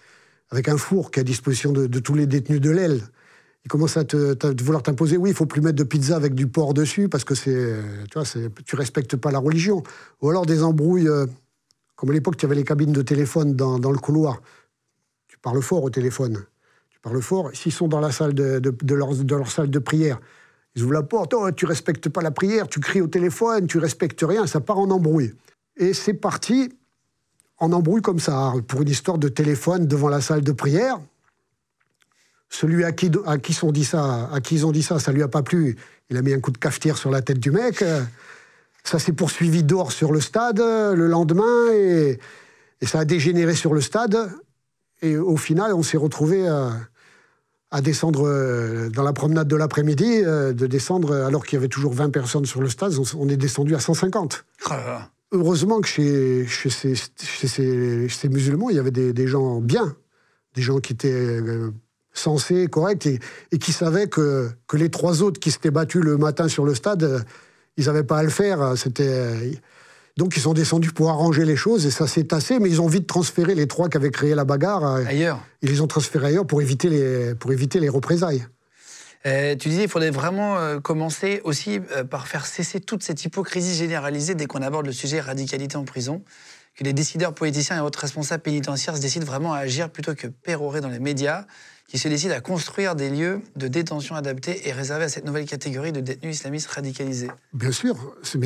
D: avec un four qui est à disposition de tous les détenus de l'aile. Ils commencent à vouloir t'imposer, oui, il ne faut plus mettre de pizza avec du porc dessus parce que tu ne respectes pas la religion. Ou alors des embrouilles, comme à l'époque, tu avais les cabines de téléphone dans le couloir. Tu parles fort au téléphone. Tu parles fort. S'ils sont dans la salle de leur salle de prière, ils ouvrent la porte, oh, tu ne respectes pas la prière, tu cries au téléphone, tu ne respectes rien, ça part en embrouille. Et c'est parti en embrouille comme ça, pour une histoire de téléphone devant la salle de prière. Celui à qui ils ont dit ça, ça lui a pas plu. Il a mis un coup de cafetière sur la tête du mec. Ça s'est poursuivi dehors sur le stade le lendemain et ça a dégénéré sur le stade. Et au final, on s'est retrouvé à descendre dans la promenade de l'après-midi, de descendre alors qu'il y avait toujours 20 personnes sur le stade. On est descendu à 150. Oh là là. Heureusement que chez ces musulmans, il y avait des gens bien, des gens qui étaient sensés, corrects, et qui savaient que les 3 autres qui s'étaient battus le matin sur le stade, ils n'avaient pas à le faire. Donc ils sont descendus pour arranger les choses, et ça s'est tassé, mais ils ont vite transféré les 3 qui avaient créé la bagarre.
A: Ailleurs.
D: Ils les ont transférés ailleurs pour éviter les représailles.
A: Tu disais qu'il faudrait vraiment commencer aussi par faire cesser toute cette hypocrisie généralisée dès qu'on aborde le sujet radicalité en prison, que les décideurs politiciens et autres responsables pénitentiaires se décident vraiment à agir plutôt que pérorer dans les médias, qui se décident à construire des lieux de détention adaptés et réservés à cette nouvelle catégorie de détenus islamistes radicalisés.
D: Bien sûr, mais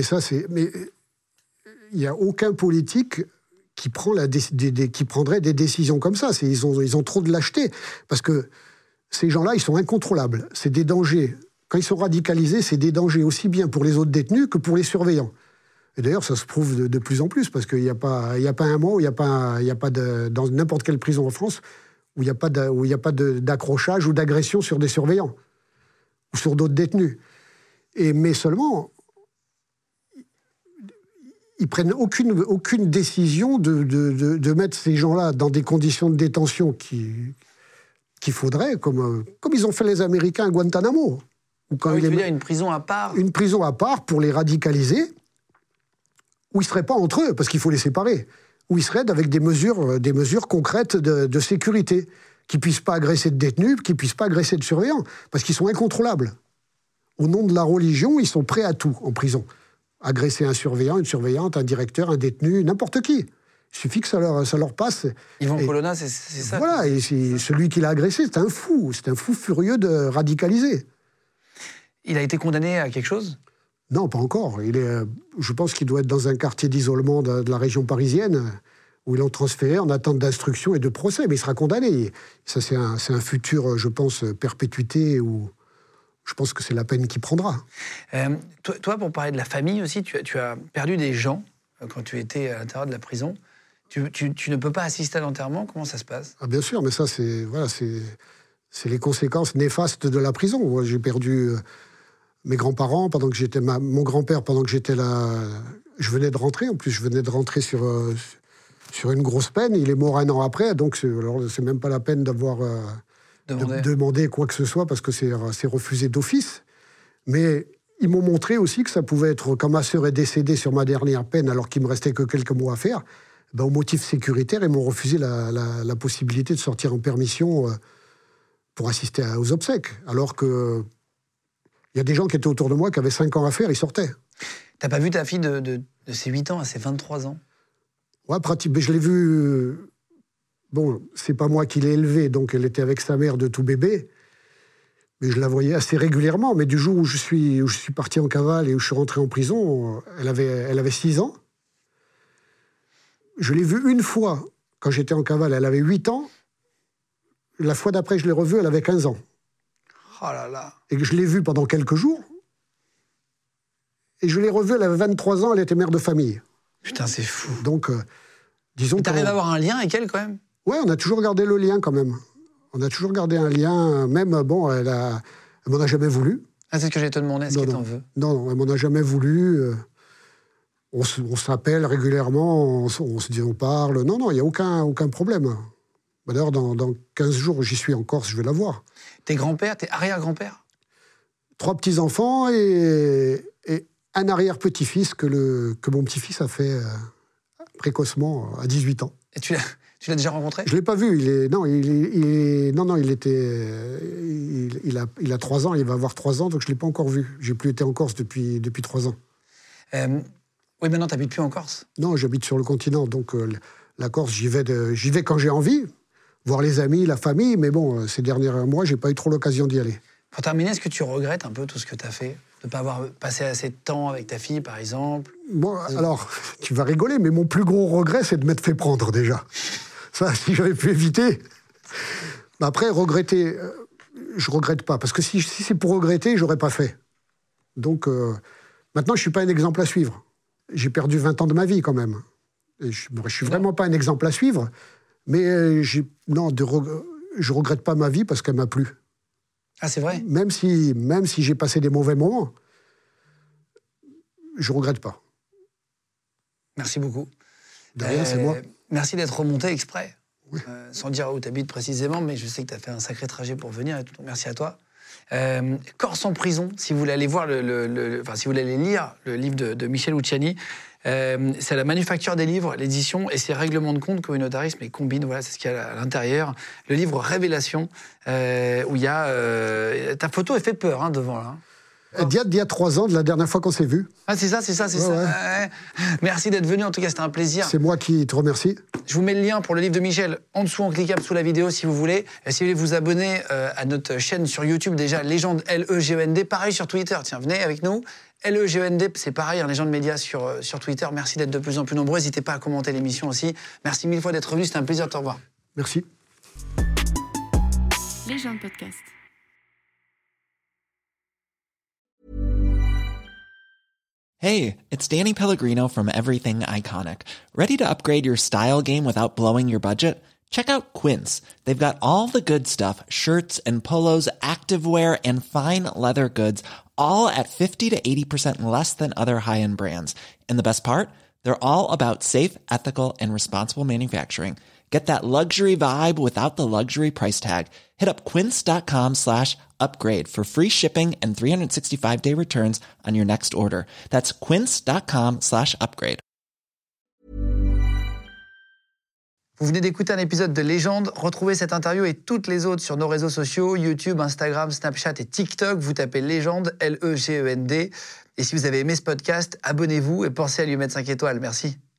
D: il n'y a aucun politique qui prendrait des décisions comme ça. Ils ont trop de lâcheté, parce que ces gens-là, ils sont incontrôlables. C'est des dangers. Quand ils sont radicalisés, c'est des dangers aussi bien pour les autres détenus que pour les surveillants. Et d'ailleurs, ça se prouve de plus en plus, parce qu'il n'y a pas un mois, dans n'importe quelle prison en France, où il n'y a pas d'accrochage ou d'agression sur des surveillants ou sur d'autres détenus. Mais seulement, ils prennent aucune décision de mettre ces gens-là dans des conditions de détention qu'il faudrait, comme ils ont fait les Américains à Guantanamo.
A: Tu veux dire une prison à part ?
D: Une prison à part pour les radicaliser, où ils ne seraient pas entre eux, parce qu'il faut les séparer, où ils seraient avec des mesures concrètes de sécurité, qui ne puissent pas agresser de détenus, qui ne puissent pas agresser de surveillants, parce qu'ils sont incontrôlables. Au nom de la religion, ils sont prêts à tout en prison. Agresser un surveillant, une surveillante, un directeur, un détenu, n'importe qui. Il suffit que ça leur passe.
A: Yvan Colonna, c'est ça.
D: Voilà, et celui qui l'a agressé, c'est un fou furieux de radicaliser.
A: Il a été condamné à quelque chose ?
D: Non, pas encore. Je pense qu'il doit être dans un quartier d'isolement de la région parisienne, où ils l'ont transféré en attente d'instruction et de procès, mais il sera condamné. Ça, c'est un futur, je pense, perpétuité, où je pense que c'est la peine qu'il prendra.
A: Toi, pour parler de la famille aussi, tu as perdu des gens quand tu étais à l'intérieur de la prison. Tu ne peux pas assister à l'enterrement. Comment ça se passe ?
D: Bien sûr, mais ça, c'est les conséquences néfastes de la prison. Moi, j'ai perdu mes grands-parents pendant que j'étais... Mon grand-père, pendant que j'étais là... Je venais de rentrer, en plus, je venais de rentrer sur une grosse peine. Il est mort 1 an après, donc c'est même pas la peine d'avoir demandé quoi que ce soit, parce que c'est refusé d'office. Mais ils m'ont montré aussi que ça pouvait être... Quand ma sœur est décédée sur ma dernière peine, alors qu'il me restait que quelques mois à faire, au motif sécuritaire, ils m'ont refusé la possibilité de sortir en permission pour assister aux obsèques. Alors que il y a des gens qui étaient autour de moi qui avaient 5 ans à faire, ils sortaient.
A: T'as pas vu ta fille de ses 8 ans à ses 23 ans ?
D: Ouais, mais je l'ai vue... Bon, c'est pas moi qui l'ai élevée, donc elle était avec sa mère de tout bébé. Mais je la voyais assez régulièrement. Mais du jour où je suis parti en cavale et où je suis rentré en prison, elle avait 6 ans. Je l'ai vue une fois, quand j'étais en cavale, elle avait 8 ans. La fois d'après, je l'ai revue, elle avait 15 ans.
A: Oh là là.
D: Et que je l'ai vue pendant quelques jours. Et je l'ai revue, elle avait 23 ans, elle était mère de famille.
A: Putain, c'est fou.
D: Donc, disons que...
A: T'arrives à avoir un lien avec elle, quand même ?
D: Ouais, on a toujours gardé le lien, quand même. On a toujours gardé un lien, même, bon, elle m'en a jamais voulu.
A: Ah, c'est ce que j'allais te demander, est-ce qu'elle t'en veut ?
D: Non, elle m'en a jamais voulu. On s'appelle régulièrement, on se dit, on parle. Non, il n'y a aucun problème. D'ailleurs, dans 15 jours, j'y suis en Corse, je vais la voir.
A: Tes grands-pères, tes arrière-grands-pères ? 3
D: petits-enfants et un arrière-petit-fils que mon petit-fils a fait précocement, à 18 ans.
A: Et tu Tu l'as déjà rencontré?
D: Je l'ai pas vu. Il a 3 ans. Il va avoir 3 ans, donc je l'ai pas encore vu. J'ai plus été en Corse depuis 3 ans.
A: Oui, maintenant t'habites plus en Corse.
D: Non, j'habite sur le continent, donc la Corse, j'y vais quand j'ai envie, voir les amis, la famille. Mais bon, ces derniers mois, j'ai pas eu trop l'occasion d'y aller.
A: Pour terminer, est-ce que tu regrettes un peu tout ce que tu as fait? De ne pas avoir passé assez de temps avec ta fille, par exemple?
D: Bon, alors, tu vas rigoler, mais mon plus gros regret, c'est de m'être fait prendre, déjà. Ça, si j'avais pu éviter... Mais après, regretter, je regrette pas. Parce que si c'est pour regretter, j'aurais pas fait. Donc, maintenant, je suis pas un exemple à suivre. J'ai perdu 20 ans de ma vie, quand même. Et je suis vraiment pas un exemple à suivre. Mais je regrette pas ma vie parce qu'elle m'a plu.
A: Ah, c'est vrai?
D: Même si j'ai passé des mauvais moments, je regrette pas.
A: Merci beaucoup.
D: De rien, c'est moi.
A: Merci d'être remonté exprès.
D: Oui.
A: Sans dire où tu habites précisément, mais je sais que tu as fait un sacré trajet pour venir. Et tout, donc merci à toi. Corse en prison, si vous voulez aller voir si vous voulez aller lire le livre de Michel Luciani, c'est la Manufacture des livres, l'édition, et c'est règlement de compte, communautarisme et combine, voilà, c'est ce qu'il y a à l'intérieur. Le livre Révélation, où il y a... ta photo, elle fait peur, hein, devant, là.
D: Il y a 3 ans, de la dernière fois qu'on s'est vus.
A: Ah, c'est ça. Ouais. Merci d'être venu, en tout cas, c'était un plaisir.
D: C'est moi qui te remercie.
A: Je vous mets le lien pour le livre de Michel en dessous, en cliquable sous la vidéo, si vous voulez. Et si vous voulez vous abonner à notre chaîne sur YouTube, déjà, Légende, L-E-G-E-N-D, pareil sur Twitter, tiens, venez avec nous. L-E-G-E-N-D, c'est pareil, hein, Légende Média sur Twitter. Merci d'être de plus en plus nombreux. N'hésitez pas à commenter l'émission aussi. Merci 1000 fois d'être venu, c'était un plaisir de te revoir.
D: Merci.
E: Légende Podcast.
F: Hey, it's Danny Pellegrino from Everything Iconic. Ready to upgrade your style game without blowing your budget? Check out Quince. They've got all the good stuff, shirts and polos, activewear, and fine leather goods, all at 50 to 80% less than other high-end brands. And the best part? They're all about safe, ethical, and responsible manufacturing. Get that luxury vibe without the luxury price tag. Hit up quince.com/upgrade for free shipping and 365-day returns on your next order. That's quince.com/upgrade.
A: Vous venez d'écouter un épisode de Légende. Retrouvez cette interview et toutes les autres sur nos réseaux sociaux, YouTube, Instagram, Snapchat et TikTok. Vous tapez Légende, L-E-G-E-N-D. Et si vous avez aimé ce podcast, abonnez-vous et pensez à lui mettre 5 étoiles. Merci.